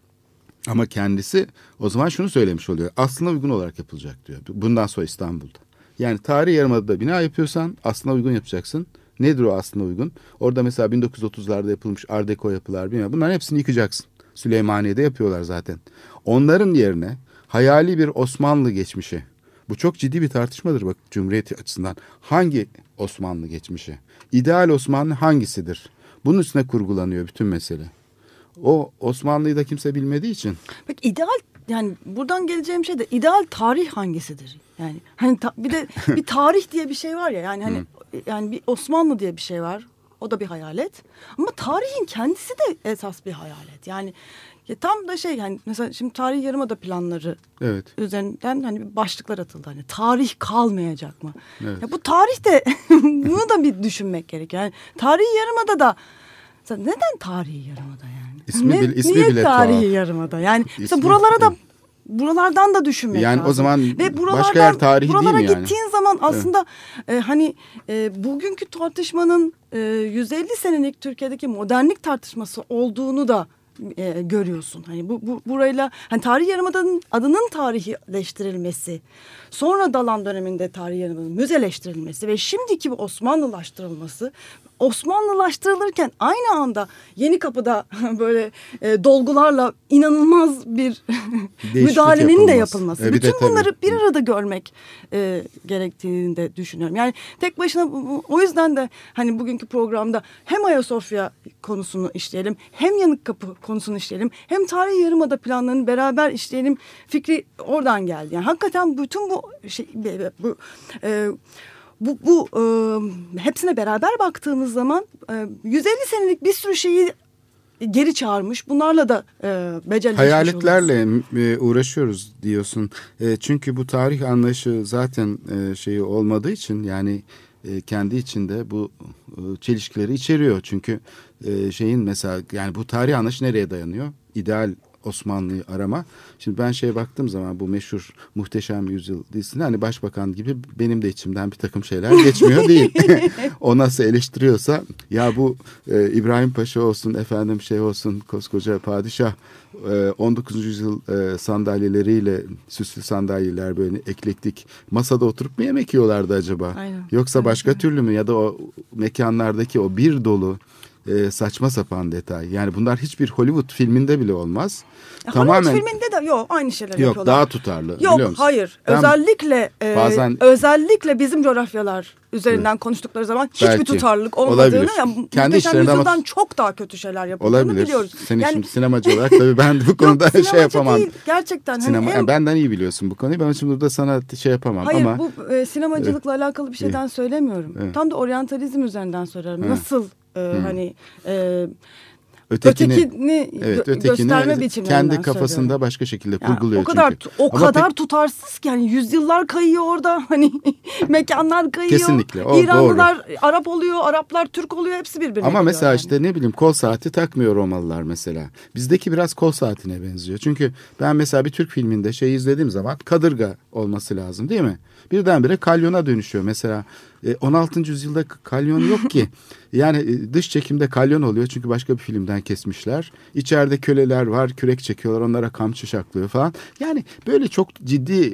Ama kendisi o zaman şunu söylemiş oluyor. Aslına uygun olarak yapılacak diyor. Bundan sonra İstanbul'da. Yani tarihi yarımadada bina yapıyorsan aslına uygun yapacaksın. Nedir o aslına uygun? Orada mesela bin dokuz yüz otuzlarda yapılmış Art Deco yapılar, bilmem, bunların hepsini yıkacaksın. Süleymaniye'de yapıyorlar zaten. Onların yerine hayali bir Osmanlı geçmişi, Bu çok ciddi bir tartışmadır bak Cumhuriyet açısından. Hangi Osmanlı geçmişi? İdeal Osmanlı hangisidir? Bunun üstüne kurgulanıyor bütün mesele. O Osmanlı'yı da kimse bilmediği için. Peki ideal, yani buradan geleceğim şey de ideal tarih hangisidir? Yani hani ta, bir de bir tarih diye bir şey var ya, yani hani yani bir Osmanlı diye bir şey var. O da bir hayalet. Ama tarihin kendisi de esas bir hayalet. Yani ya tam da şey, yani mesela şimdi Tarihi Yarımada planları evet. üzerinden hani başlıklar atıldı. Hani tarih kalmayacak mı? Evet. Ya bu tarih de bunu da bir düşünmek gerekiyor. Yani Tarihi Yarımada da neden Tarihi Yarımada yani? İsmi, ne, bil, ismi niye bile Tarihi tuhaf. Yarımada? Yani İsmi, mesela buralara da buralardan da düşünmek yani lazım. Yani o zaman ve başka yer tarihi değil mi yani? Buralara gittiğin zaman aslında evet. e, hani e, bugünkü tartışmanın e, yüz elli senelik Türkiye'deki modernlik tartışması olduğunu da e, görüyorsun. Hani bu, bu burayla hani Tarihi Yarımada'nın adının tarihileştirilmesi, sonra Dalan döneminde Tarihi Yarımada'nın müzeleştirilmesi ve şimdiki bu Osmanlılaştırılması, Osmanlılaştırılırken aynı anda Yenikapı'da böyle e, dolgularla inanılmaz bir müdahalenin yapılmaz. de yapılması. E, Bütün bunları tabii. bir arada görmek e, gerektiğini de düşünüyorum. Yani tek başına o yüzden de hani bugünkü programda hem Ayasofya konusunu işleyelim, hem Yenikapı konusunu işleyelim, hem Tarihi Yarımada planlarını beraber işleyelim fikri oradan geldi. Yani hakikaten bütün bu şey bu e, Bu, bu e, hepsine beraber baktığımız zaman e, yüz elli senelik bir sürü şeyi geri çağırmış. Bunlarla da e, becerileşmiş hayaletlerle e, uğraşıyoruz diyorsun. E, çünkü bu tarih anlayışı zaten e, şeyi olmadığı için, yani e, kendi içinde bu e, çelişkileri içeriyor. Çünkü e, şeyin mesela, yani bu tarih anlayışı nereye dayanıyor? İdeal Osmanlı'yı arama. Şimdi ben şeye baktığım zaman bu meşhur Muhteşem Yüzyıl dizisinde hani başbakan gibi benim de içimden bir takım şeyler geçmiyor değil. O nasıl eleştiriyorsa ya bu e, İbrahim Paşa olsun, efendim şey olsun, koskoca padişah e, on dokuzuncu yüzyıl e, sandalyeleriyle, süslü sandalyeler böyle eklektik masada oturup mu yemek yiyorlardı acaba? Aynen. Yoksa başka evet. türlü mü, ya da o mekanlardaki o bir dolu E, saçma sapan detay. Yani bunlar hiçbir Hollywood filminde bile olmaz. E, Tamamen Hollywood filminde de yok aynı şeyler yok, yapıyorlar. Yok daha tutarlı. Yok hayır. Ben, özellikle e, bazen, özellikle bizim coğrafyalar üzerinden evet. konuştukları zaman hiçbir belki, tutarlılık olmadığını, yani kendi işlerinde ama çok daha kötü şeyler yapıldığını olabilir. biliyoruz. Senin yani, şimdi sinemacı olarak tabii ben bu konuda yok, şey yapamam. Değil, gerçekten. Sinema, hani yani benden iyi biliyorsun bu konuyu. Ben şimdi burada sana şey yapamam. Hayır ama, bu e, sinemacılıkla evet. alakalı bir şeyden evet. söylemiyorum. Evet. Tam da oryantalizm üzerinden söylüyorum. Evet. Nasıl e, hmm. hani e, ötekini, ötekini evet, gö- ötekini gösterme biçimlerinden kendi kafasında söylüyorum. Başka şekilde kurguluyor yani o kadar, çünkü. O Ama kadar pek... tutarsız ki yani yüzyıllar kayıyor orada, hani mekanlar kayıyor. Kesinlikle. O, İranlılar doğru. Arap oluyor, Araplar Türk oluyor, hepsi birbirine. Ama mesela yani. işte ne bileyim kol saati takmıyor Romalılar mesela. Bizdeki biraz kol saatine benziyor. Çünkü ben mesela bir Türk filminde şey izlediğim zaman kadırga olması lazım değil mi? Birdenbire kalyona dönüşüyor. Mesela on altıncı yüzyılda kalyon yok ki. Yani dış çekimde kalyon oluyor çünkü başka bir filmden kesmişler. İçeride köleler var, kürek çekiyorlar, onlara kamçı şaklıyor falan. Yani böyle çok ciddi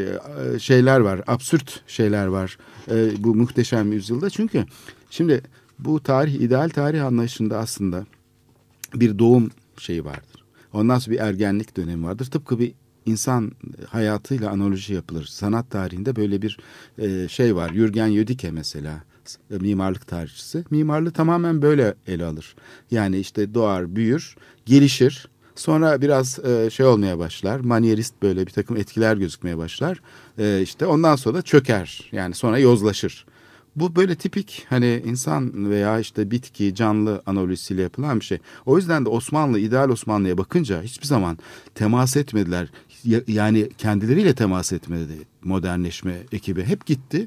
şeyler var, absürt şeyler var bu Muhteşem Yüzyılda. Çünkü şimdi bu tarih, ideal tarih anlayışında aslında bir doğum şeyi vardır. Ondan sonra bir ergenlik dönemi vardır. Tıpkı bir İnsan hayatıyla analoji yapılır. Sanat tarihinde böyle bir e, şey var. Jürgen Yödike mesela, mimarlık tarihçisi. Mimarlığı tamamen böyle ele alır. Yani işte doğar, büyür, gelişir. Sonra biraz e, şey olmaya başlar. Manyerist böyle bir takım etkiler gözükmeye başlar. E, işte ondan sonra da çöker. Yani sonra yozlaşır. Bu böyle tipik hani insan veya işte bitki, canlı analojisiyle yapılan bir şey. O yüzden de Osmanlı, ideal Osmanlı'ya bakınca hiçbir zaman temas etmediler. Yani kendileriyle temas etmedi modernleşme ekibi. Hep gitti.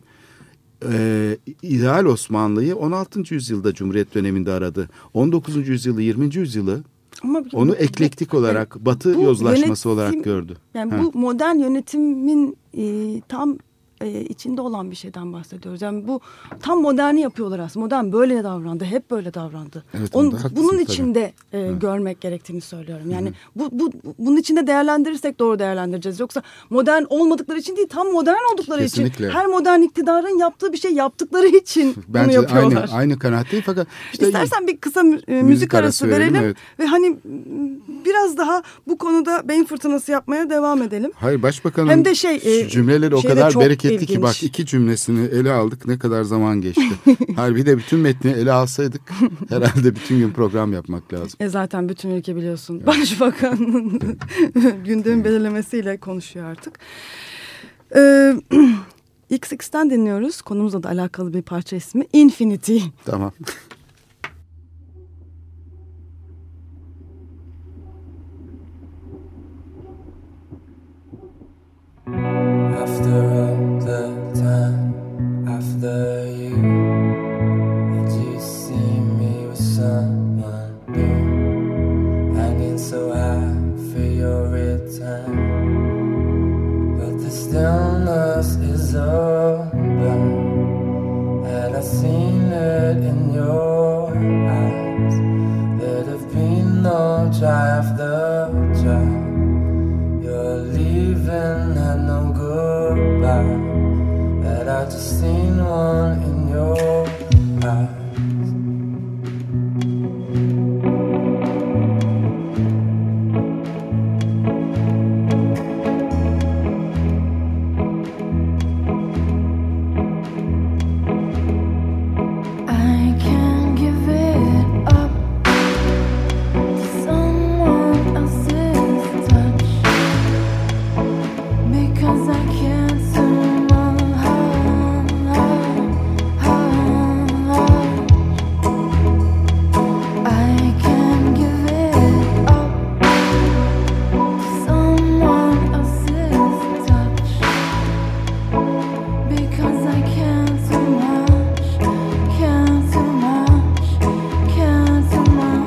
Ee, ideal Osmanlı'yı on altıncı yüzyılda Cumhuriyet döneminde aradı. on dokuzuncu yüzyılı, yirminci yüzyılı Ama onu bu, eklektik olarak, yani, Batı yozlaşması yönetim, olarak gördü. Yani ha. bu modern yönetimin e, tam e, içinde olan bir şeyden bahsediyoruz. Yani bu tam moderni yapıyorlar aslında. Modern böyle davrandı, hep böyle davrandı. Evet, Onun, haklısın, bunun tabii. içinde e, görmek gerektiğini söylüyorum. Yani bu, bu bunun içinde değerlendirirsek doğru değerlendireceğiz. Yoksa modern olmadıkları için değil, tam modern oldukları Kesinlikle. için. Her modern iktidarın yaptığı bir şey yaptıkları için bunu Bence yapıyorlar. aynı, aynı kanaatteyim fakat işte İstersen bir kısa mü- müzik, müzik arası, arası verelim, verelim evet. ve hani biraz daha bu konuda beyin fırtınası yapmaya devam edelim. Hayır, Başbakanın hem de şey, e, cümleleri o şey kadar bereketli ilginç. ki bak iki cümlesini ele aldık, ne kadar zaman geçti. Harbi de bütün metni ele alsaydık herhalde bütün gün program yapmak lazım. E zaten bütün ülke biliyorsun evet. Başbakanın gündemi belirlemesiyle konuşuyor artık. Ee, X X'ten dinliyoruz. Konumuzla da alakalı bir parça ismi Infinity. Tamam. After all the time, after you, did you see me with someone new, hanging so high for your return? But the stillness is over, and I've seen it in your eyes. There'd have been no try after try. You're leaving and no goodbye, that I just seen one in your eyes. I can't give it up to someone else's touch, because I can't somehow. I can't give it up to someone else's touch, because I can't too much, can't too much, can't too much.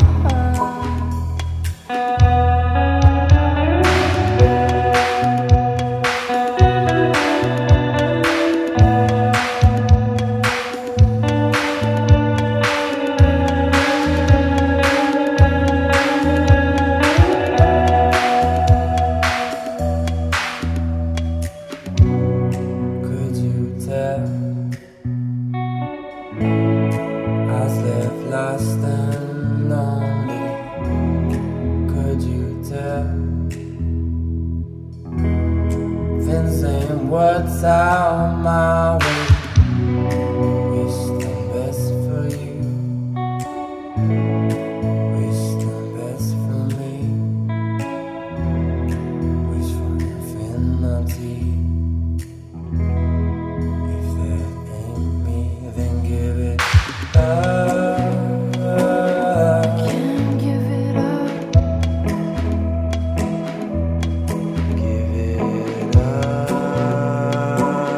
Could you tell I was left lost and lonely? Could you tell things ain't words out my way? Wish the best for you, wish the best for me, wish for infinity. If that ain't me, then give it up. Can't give it up. Give it up.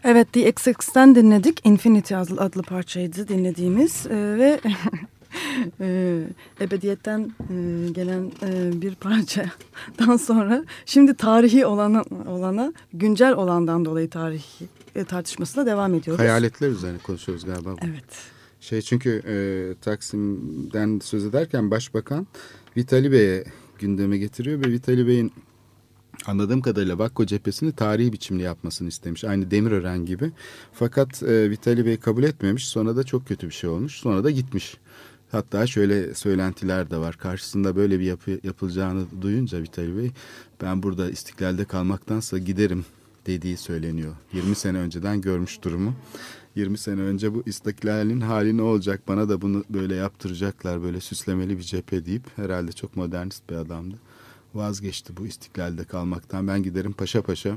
Evet, The X X'ten dinledik. Infinity adlı, adlı parçaydı dinlediğimiz ee, ve e, ebediyetten e, gelen e, bir parçadan sonra şimdi tarihi olana, olana güncel olandan dolayı tarihi e, tartışmasına devam ediyoruz. Hayaletler üzerine konuşuyoruz galiba. Evet. Şey çünkü e, Taksim'den söz ederken Başbakan Vitali Bey'e gündeme getiriyor ve Vitali Bey'in anladığım kadarıyla Vakko cephesini tarihi biçimli yapmasını istemiş. Aynı Demirören gibi. Fakat e, Vitali Bey kabul etmemiş. Sonra da çok kötü bir şey olmuş. Sonra da gitmiş. Hatta şöyle söylentiler de var. Karşısında böyle bir yapı yapılacağını duyunca Vitali Bey, ben burada İstiklal'de kalmaktansa giderim dediği söyleniyor. yirmi sene önceden görmüş durumu. yirmi sene önce bu İstiklal'in hali ne olacak? Bana da bunu böyle yaptıracaklar. Böyle süslemeli bir cephe deyip herhalde çok modernist bir adamdı. Vazgeçti bu İstiklal'de kalmaktan. Ben giderim paşa paşa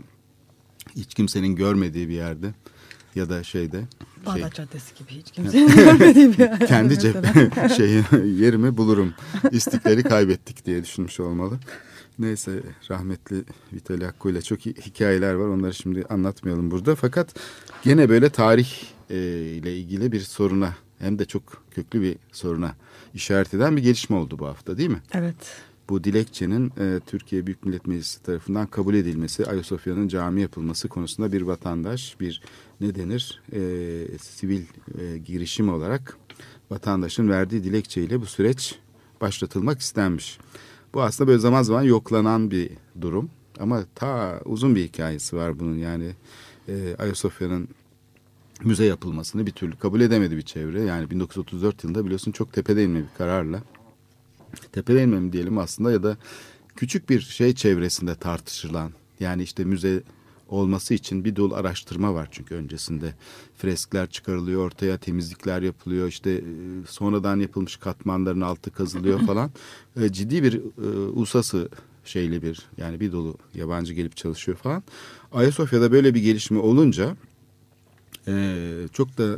hiç kimsenin görmediği bir yerde ya da şeyde. Bağdat şey, Caddesi gibi hiç kimsenin görmediği bir yerde. Kendi cep şeyi yerimi bulurum. İstiklal'i kaybettik diye düşünmüş olmalı. Neyse, rahmetli Vitali Hakko ile çok hikayeler var. Onları şimdi anlatmayalım burada. Fakat gene böyle tarih e, ile ilgili bir soruna, hem de çok köklü bir soruna işaret eden bir gelişme oldu bu hafta, değil mi? Evet. Bu dilekçenin e, Türkiye Büyük Millet Meclisi tarafından kabul edilmesi, Ayasofya'nın cami yapılması konusunda bir vatandaş, bir ne denir, e, sivil e, girişim olarak vatandaşın verdiği dilekçeyle bu süreç başlatılmak istenmiş. Bu aslında böyle zaman zaman yoklanan bir durum ama ta uzun bir hikayesi var bunun. Yani e, Ayasofya'nın müze yapılmasını bir türlü kabul edemedi bir çevre. Yani bin dokuz yüz otuz dört yılında biliyorsun çok tepede inme bir kararla, tepede inme mi diyelim aslında, ya da küçük bir şey çevresinde tartışılan, yani işte müze olması için bir dolu araştırma var çünkü öncesinde freskler çıkarılıyor ortaya, temizlikler yapılıyor, işte sonradan yapılmış katmanların altı kazılıyor falan. Ciddi bir e, uluslararası şeyli bir, yani bir dolu yabancı gelip çalışıyor falan. Ayasofya'da böyle bir gelişme olunca e, çok da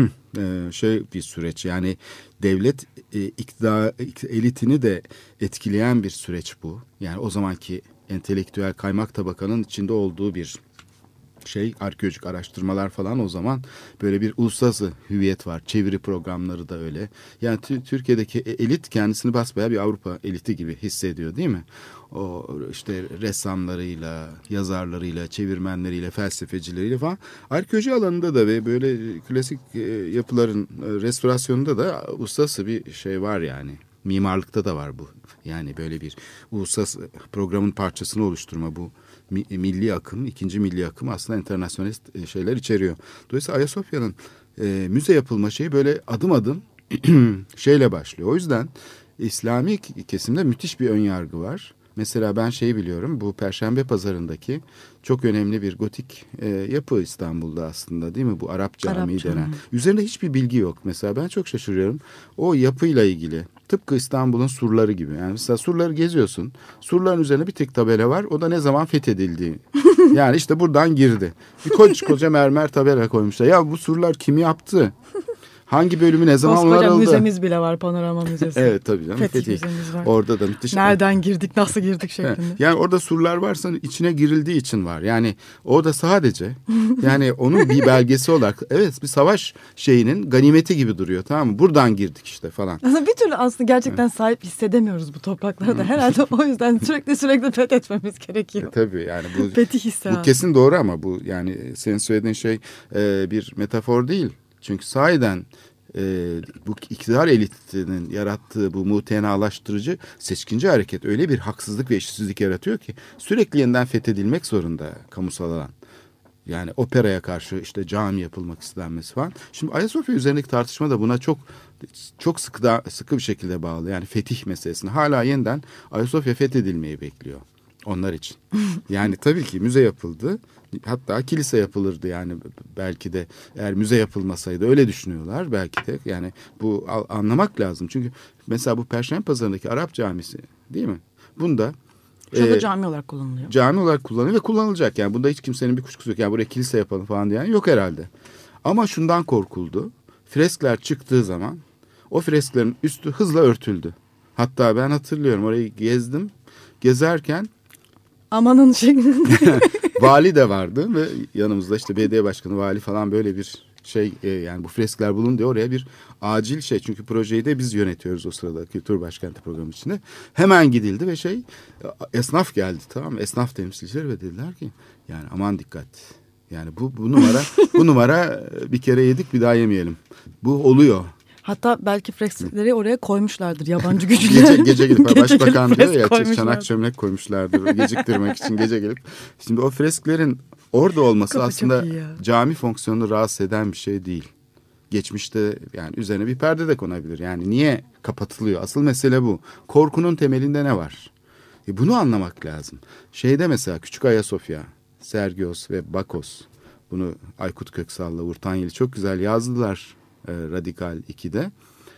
e, şey bir süreç, yani devlet e, iktidar elitini de etkileyen bir süreç bu. Yani o zamanki entelektüel kaymak tabakanın içinde olduğu bir şey, arkeolojik araştırmalar falan, o zaman böyle bir uluslararası hüviyet var. Çeviri programları da öyle. Yani t- Türkiye'deki elit kendisini basbayağı bir Avrupa eliti gibi hissediyor, değil mi? O işte ressamlarıyla, yazarlarıyla, çevirmenleriyle, felsefecileriyle falan. Arkeoloji alanında da ve böyle klasik e, yapıların e, restorasyonunda da uluslararası bir şey var yani. Mimarlıkta da var bu. Yani böyle bir uluslararası programın parçasını oluşturma, bu milli akım, ikinci milli akım aslında internasyonalist şeyler içeriyor. Dolayısıyla Ayasofya'nın e, müze yapılma şeyi böyle adım adım şeyle başlıyor. O yüzden İslami kesimde müthiş bir önyargı var. Mesela ben şeyi biliyorum, bu Perşembe Pazarı'ndaki çok önemli bir gotik e, yapı İstanbul'da aslında, değil mi? Bu Arap Camii Arap denen. Camii. Üzerinde hiçbir bilgi yok. Mesela ben çok şaşırıyorum. O yapıyla ilgili. Tıpkı İstanbul'un surları gibi. Yani mesela surları geziyorsun. Surların üzerine bir tek tabela var. O da ne zaman fethedildiği. Yani işte buradan girdi. Bir koca koca mermer tabela koymuşlar. Ya bu surlar kim yaptı? Hangi bölümü ne zaman Koskoca onarıldı? müzemiz bile var, panorama müzesi. Evet tabii canım. Fetih Fetih. müzemiz var. Orada da müthiş. Nereden girdik, nasıl girdik şeklinde. Evet. Yani orada surlar varsa içine girildiği için var. Yani o da sadece yani onun bir belgesi olarak, evet, bir savaş şeyinin ganimeti gibi duruyor, tamam mı? Buradan girdik işte falan. Aslında bir türlü aslında gerçekten sahip hissedemiyoruz bu topraklara da. Herhalde o yüzden sürekli sürekli fethetmemiz gerekiyor. E, tabii yani bu, Fetih hissiyatı. bu kesin doğru ama bu yani senin söylediğin şey e, bir metafor değil. Çünkü sahiden e, bu iktidar elitinin yarattığı bu mutenalaştırıcı seçkinci hareket öyle bir haksızlık ve eşitsizlik yaratıyor ki sürekli yeniden fethedilmek zorunda kamusal alan. Yani operaya karşı işte cami yapılmak istenmesi falan. Şimdi Ayasofya üzerindeki tartışma da buna çok çok sıkı da, sıkı bir şekilde bağlı. Yani fetih meselesini hala yeniden Ayasofya fethedilmeyi bekliyor onlar için. Yani tabii ki müze yapıldı. Hatta kilise yapılırdı yani, belki de eğer müze yapılmasaydı öyle düşünüyorlar belki de. Yani bu anlamak lazım. Çünkü mesela bu Perşembe Pazarı'ndaki Arap Camisi, değil mi? Bunda Şu anda e, cami olarak kullanılıyor. Cami olarak kullanılıyor ve kullanılacak. Yani bunda hiç kimsenin bir kuşkusu yok. Yani buraya kilise yapalım falan diyen yok herhalde. Ama şundan korkuldu. Freskler çıktığı zaman o fresklerin üstü hızla örtüldü. Hatta ben hatırlıyorum, orayı gezdim. Gezerken Amanın şeklinde. Vali de vardı ve yanımızda işte belediye başkanı, vali falan böyle bir şey e, yani bu freskler bulun diye oraya bir acil şey. Çünkü projeyi de biz yönetiyoruz o sırada Kültür Başkenti programı içinde. Hemen gidildi ve şey esnaf geldi, tamam mı? Esnaf temsilcileri ve dediler ki yani aman dikkat. Yani bu bu numara bu numara bir kere yedik bir daha yemeyelim. Bu oluyor. Hatta belki freskleri oraya koymuşlardır yabancı güçler. Gece, gece gelip Gece başbakan gelip diyor ya fresk çanak çömlek koymuşlardır geciktirmek için gece gelip. Şimdi o fresklerin orada olması Kapı aslında çok iyi ya. cami fonksiyonunu rahatsız eden bir şey değil. Geçmişte yani üzerine bir perde de konabilir. Yani niye kapatılıyor? Asıl mesele bu. Korkunun temelinde ne var? E bunu anlamak lazım. Şeyde mesela Küçük Ayasofya, Sergios ve Bakos. Bunu Aykut Köksal'la Uğur Tanyeli çok güzel yazdılar e, Radikal ikide.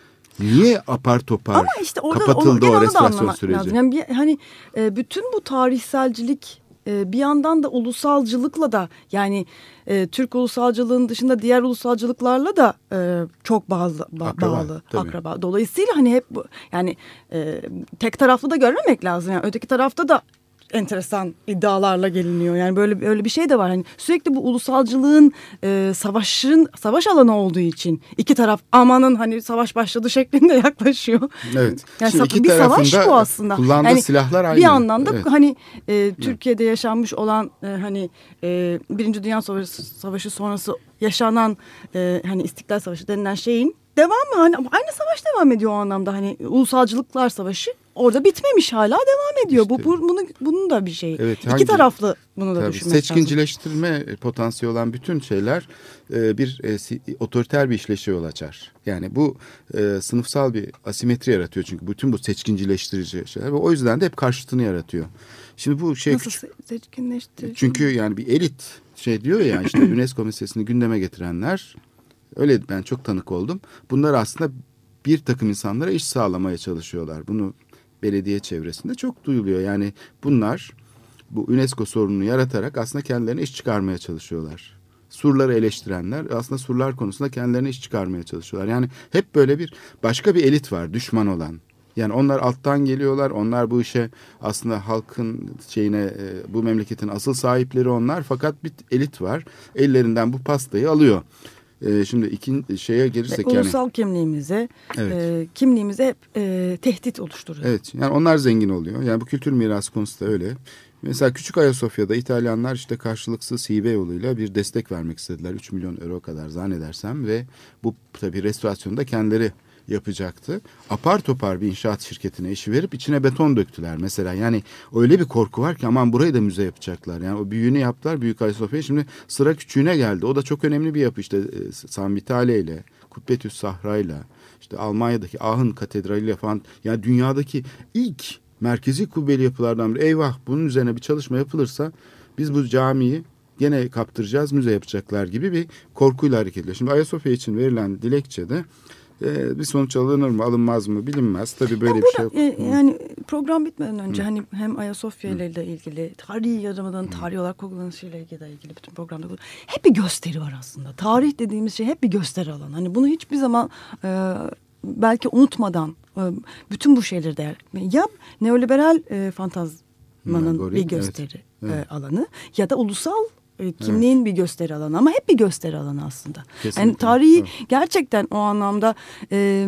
Niye apar topar Ama işte orada kapatıldı onu, o onu da restorasyon anlamak süreci? lazım. Yani bir, hani e, bütün bu tarihselcilik e, bir yandan da ulusalcılıkla da yani e, Türk ulusalcılığının dışında diğer ulusalcılıklarla da e, çok bağlı, ba- Akraba, bağlı, tabii. akraba. Dolayısıyla hani hep bu, yani e, tek taraflı da görmemek lazım. Yani öteki tarafta da enteresan iddialarla geliniyor. Yani böyle böyle bir şey de var. Hani sürekli bu ulusalcılığın e, savaşın savaş alanı olduğu için iki taraf amanın hani savaş başladı şeklinde yaklaşıyor. Evet. Yani Şimdi sa- iki bir savaş tarafında bu aslında. kullandığı Yani silahlar aynı. Bir yandan da Evet. hani e, Türkiye'de yaşanmış olan e, hani e, Birinci Dünya Savaşı, Savaşı sonrası yaşanan e, hani İstiklal Savaşı denilen şeyin devamı hani aynı savaş devam ediyor o anlamda hani ulusalcılıklar savaşı orada bitmemiş hala devam ediyor. İşte. Bu, bu bunun bunun da bir şey. Evet, İki hangi- taraflı bunu da Tabii, düşünmek lazım. seçkincileştirme potansiyeli olan bütün şeyler e, bir e, si- otoriter bir işleyişe yol açar. Yani bu e, sınıfsal bir asimetri yaratıyor çünkü bütün bu seçkincileştirici şeyler ve o yüzden de hep karşıtını yaratıyor. Şimdi bu şey Nasıl küçük- se- seçkinleştirici? çünkü yani bir elit şey diyor ya işte UNESCO meselesini gündeme getirenler öyle ben çok tanık oldum. Bunlar aslında bir takım insanlara iş sağlamaya çalışıyorlar. Bunu belediye çevresinde çok duyuluyor. Yani bunlar bu UNESCO sorununu yaratarak aslında kendilerine iş çıkarmaya çalışıyorlar. Surları eleştirenler aslında surlar konusunda kendilerine iş çıkarmaya çalışıyorlar. Yani hep böyle bir başka bir elit var düşman olan. Yani onlar alttan geliyorlar. Onlar bu işe aslında halkın şeyine bu memleketin asıl sahipleri onlar. Fakat bir elit var. Ellerinden bu pastayı alıyor. Ee, şimdi ikinci şeye gelirsek Ve yani. ulusal kimliğimize, Evet. e, kimliğimize hep e, tehdit oluşturuyor. Evet yani onlar zengin oluyor. Yani bu kültür mirası konusu da öyle. Mesela Küçük Ayasofya'da İtalyanlar işte karşılıksız hibe yoluyla bir destek vermek istediler. üç milyon euro kadar zannedersem ve bu tabii restorasyonu da kendileri yapacaktı. Apar topar bir inşaat şirketine işi verip içine beton döktüler mesela. Yani öyle bir korku var ki aman burayı da müze yapacaklar. Yani o büyüğünü yaptılar Büyük Ayasofya. Şimdi sıra küçüğüne geldi. O da çok önemli bir yapı işte e, San Vitale ile Kubbetüs Sahra ile işte Almanya'daki Aachen Katedrali ile falan. Yani dünyadaki ilk merkezi kubbeli yapılardan biri. Eyvah bunun üzerine bir çalışma yapılırsa biz bu camiyi gene kaptıracağız, müze yapacaklar gibi bir korkuyla hareket ediyor. Şimdi Ayasofya için verilen dilekçede e, bir sonuç alınır mı alınmaz mı bilinmez. Tabii böyle Ya bir şey yok. burada, e, yani program bitmeden önce hani hem Ayasofya ile de ilgili tarihi yarımadanın tarihi olarak kullanışıyla ilgili de ilgili bütün programda hep bir gösteri var aslında. Tarih dediğimiz şey hep bir gösteri alanı. Hani bunu hiçbir zaman e, belki unutmadan e, bütün bu şeyleri değer. Ya neoliberal e, fantazmanın Algori, bir gösteri evet, evet. E, alanı ya da ulusal e, kimliğin bir gösteri alanı ama hep bir gösteri alanı aslında. Kesinlikle. Yani tarihi Evet. gerçekten o anlamda e,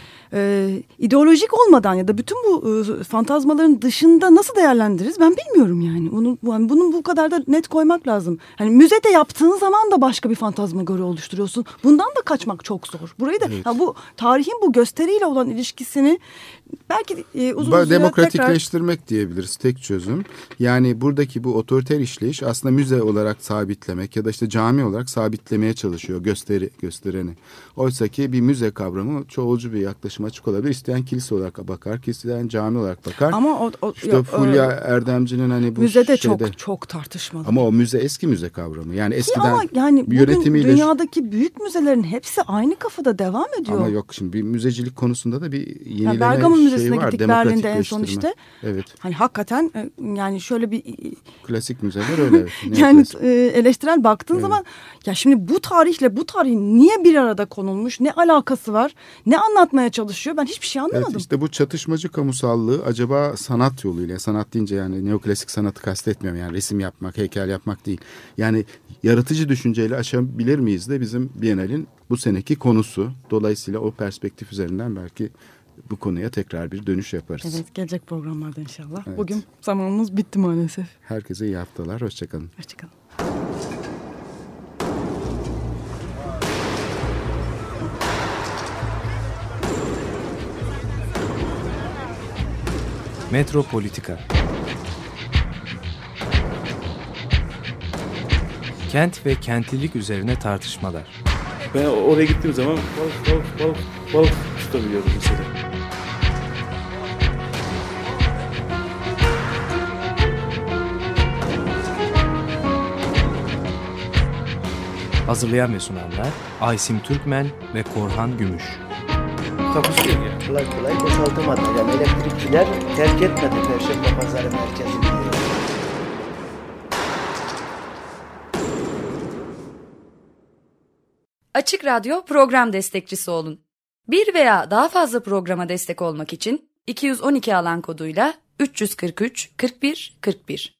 e, ideolojik olmadan ya da bütün bu e, fantazmaların dışında nasıl değerlendiririz ben bilmiyorum yani. Bunu, bu- yani bunun bu kadar da net koymak lazım. Hani müzede yaptığın zaman da başka bir fantazmagori oluşturuyorsun. Bundan da kaçmak çok zor. Burayı da Evet. ha, bu tarihin bu gösteriyle olan ilişkisini belki e, uzun Ba- süre Demokratikleştirmek tekrar... diyebiliriz tek çözüm. Yani buradaki bu otoriter işleyiş aslında müze olarak sabitlemek ya da işte cami olarak sabitlemeye çalışıyor gösteri göstereni. Oysa ki bir müze kavramı çoğulcu bir yaklaşım açık olabilir. İsteyen kilise olarak bakar, isteyen cami olarak bakar. ama o, o işte yok, Fulya e, Erdemci'nin hani bu müzede şeyde... çok çok tartışmalı. Ama o müze eski müze kavramı. Yani Ki eskiden ama yani bugün yönetimiyle... dünyadaki büyük müzelerin hepsi aynı kafada devam ediyor. Ama yok şimdi bir müzecilik konusunda da bir Yani yenileme Bergama şeyi Müzesi'ne var, gittik Berlin'de en son demokratikleştirme. işte. Evet. Hani hakikaten e, yani şöyle bir Klasik müzeler öyle. Evet. yani Neoklasik. e, eleştirel baktığın Evet. zaman ya şimdi bu tarihle bu tarihin niye bir arada konulmuş, ne alakası var, ne anlatmaya çalışıyor, ben hiçbir şey anlamadım. Evet, işte bu çatışmacı kamusallığı acaba sanat yoluyla, sanat deyince yani neoklasik sanatı kastetmiyorum, yani resim yapmak, heykel yapmak değil. Yani yaratıcı düşünceyle aşabilir miyiz de bizim Bienal'in bu seneki konusu. Dolayısıyla o perspektif üzerinden belki bu konuya tekrar bir dönüş yaparız. Evet, gelecek programlarda inşallah. Evet. Bugün zamanımız bitti maalesef. Herkese iyi haftalar, hoşçakalın. Hoşçakalın. Metropolitika. Kent ve kentlilik üzerine tartışmalar. Ben oraya gittiğim zaman balık balık balık balık tutabiliyordum mesela. Hazırlayan ve sunanlar Aysim Türkmen ve Korhan Gümüş. Takusuyor yani. Kolay kolay boşaltamadı. Yani elektrikçiler terk etmedi Perşembe Pazarı merkezini. Açık Radyo program destekçisi olun. Bir veya daha fazla programa destek olmak için iki yüz on iki alan koduyla üç yüz kırk üç kırk bir kırk bir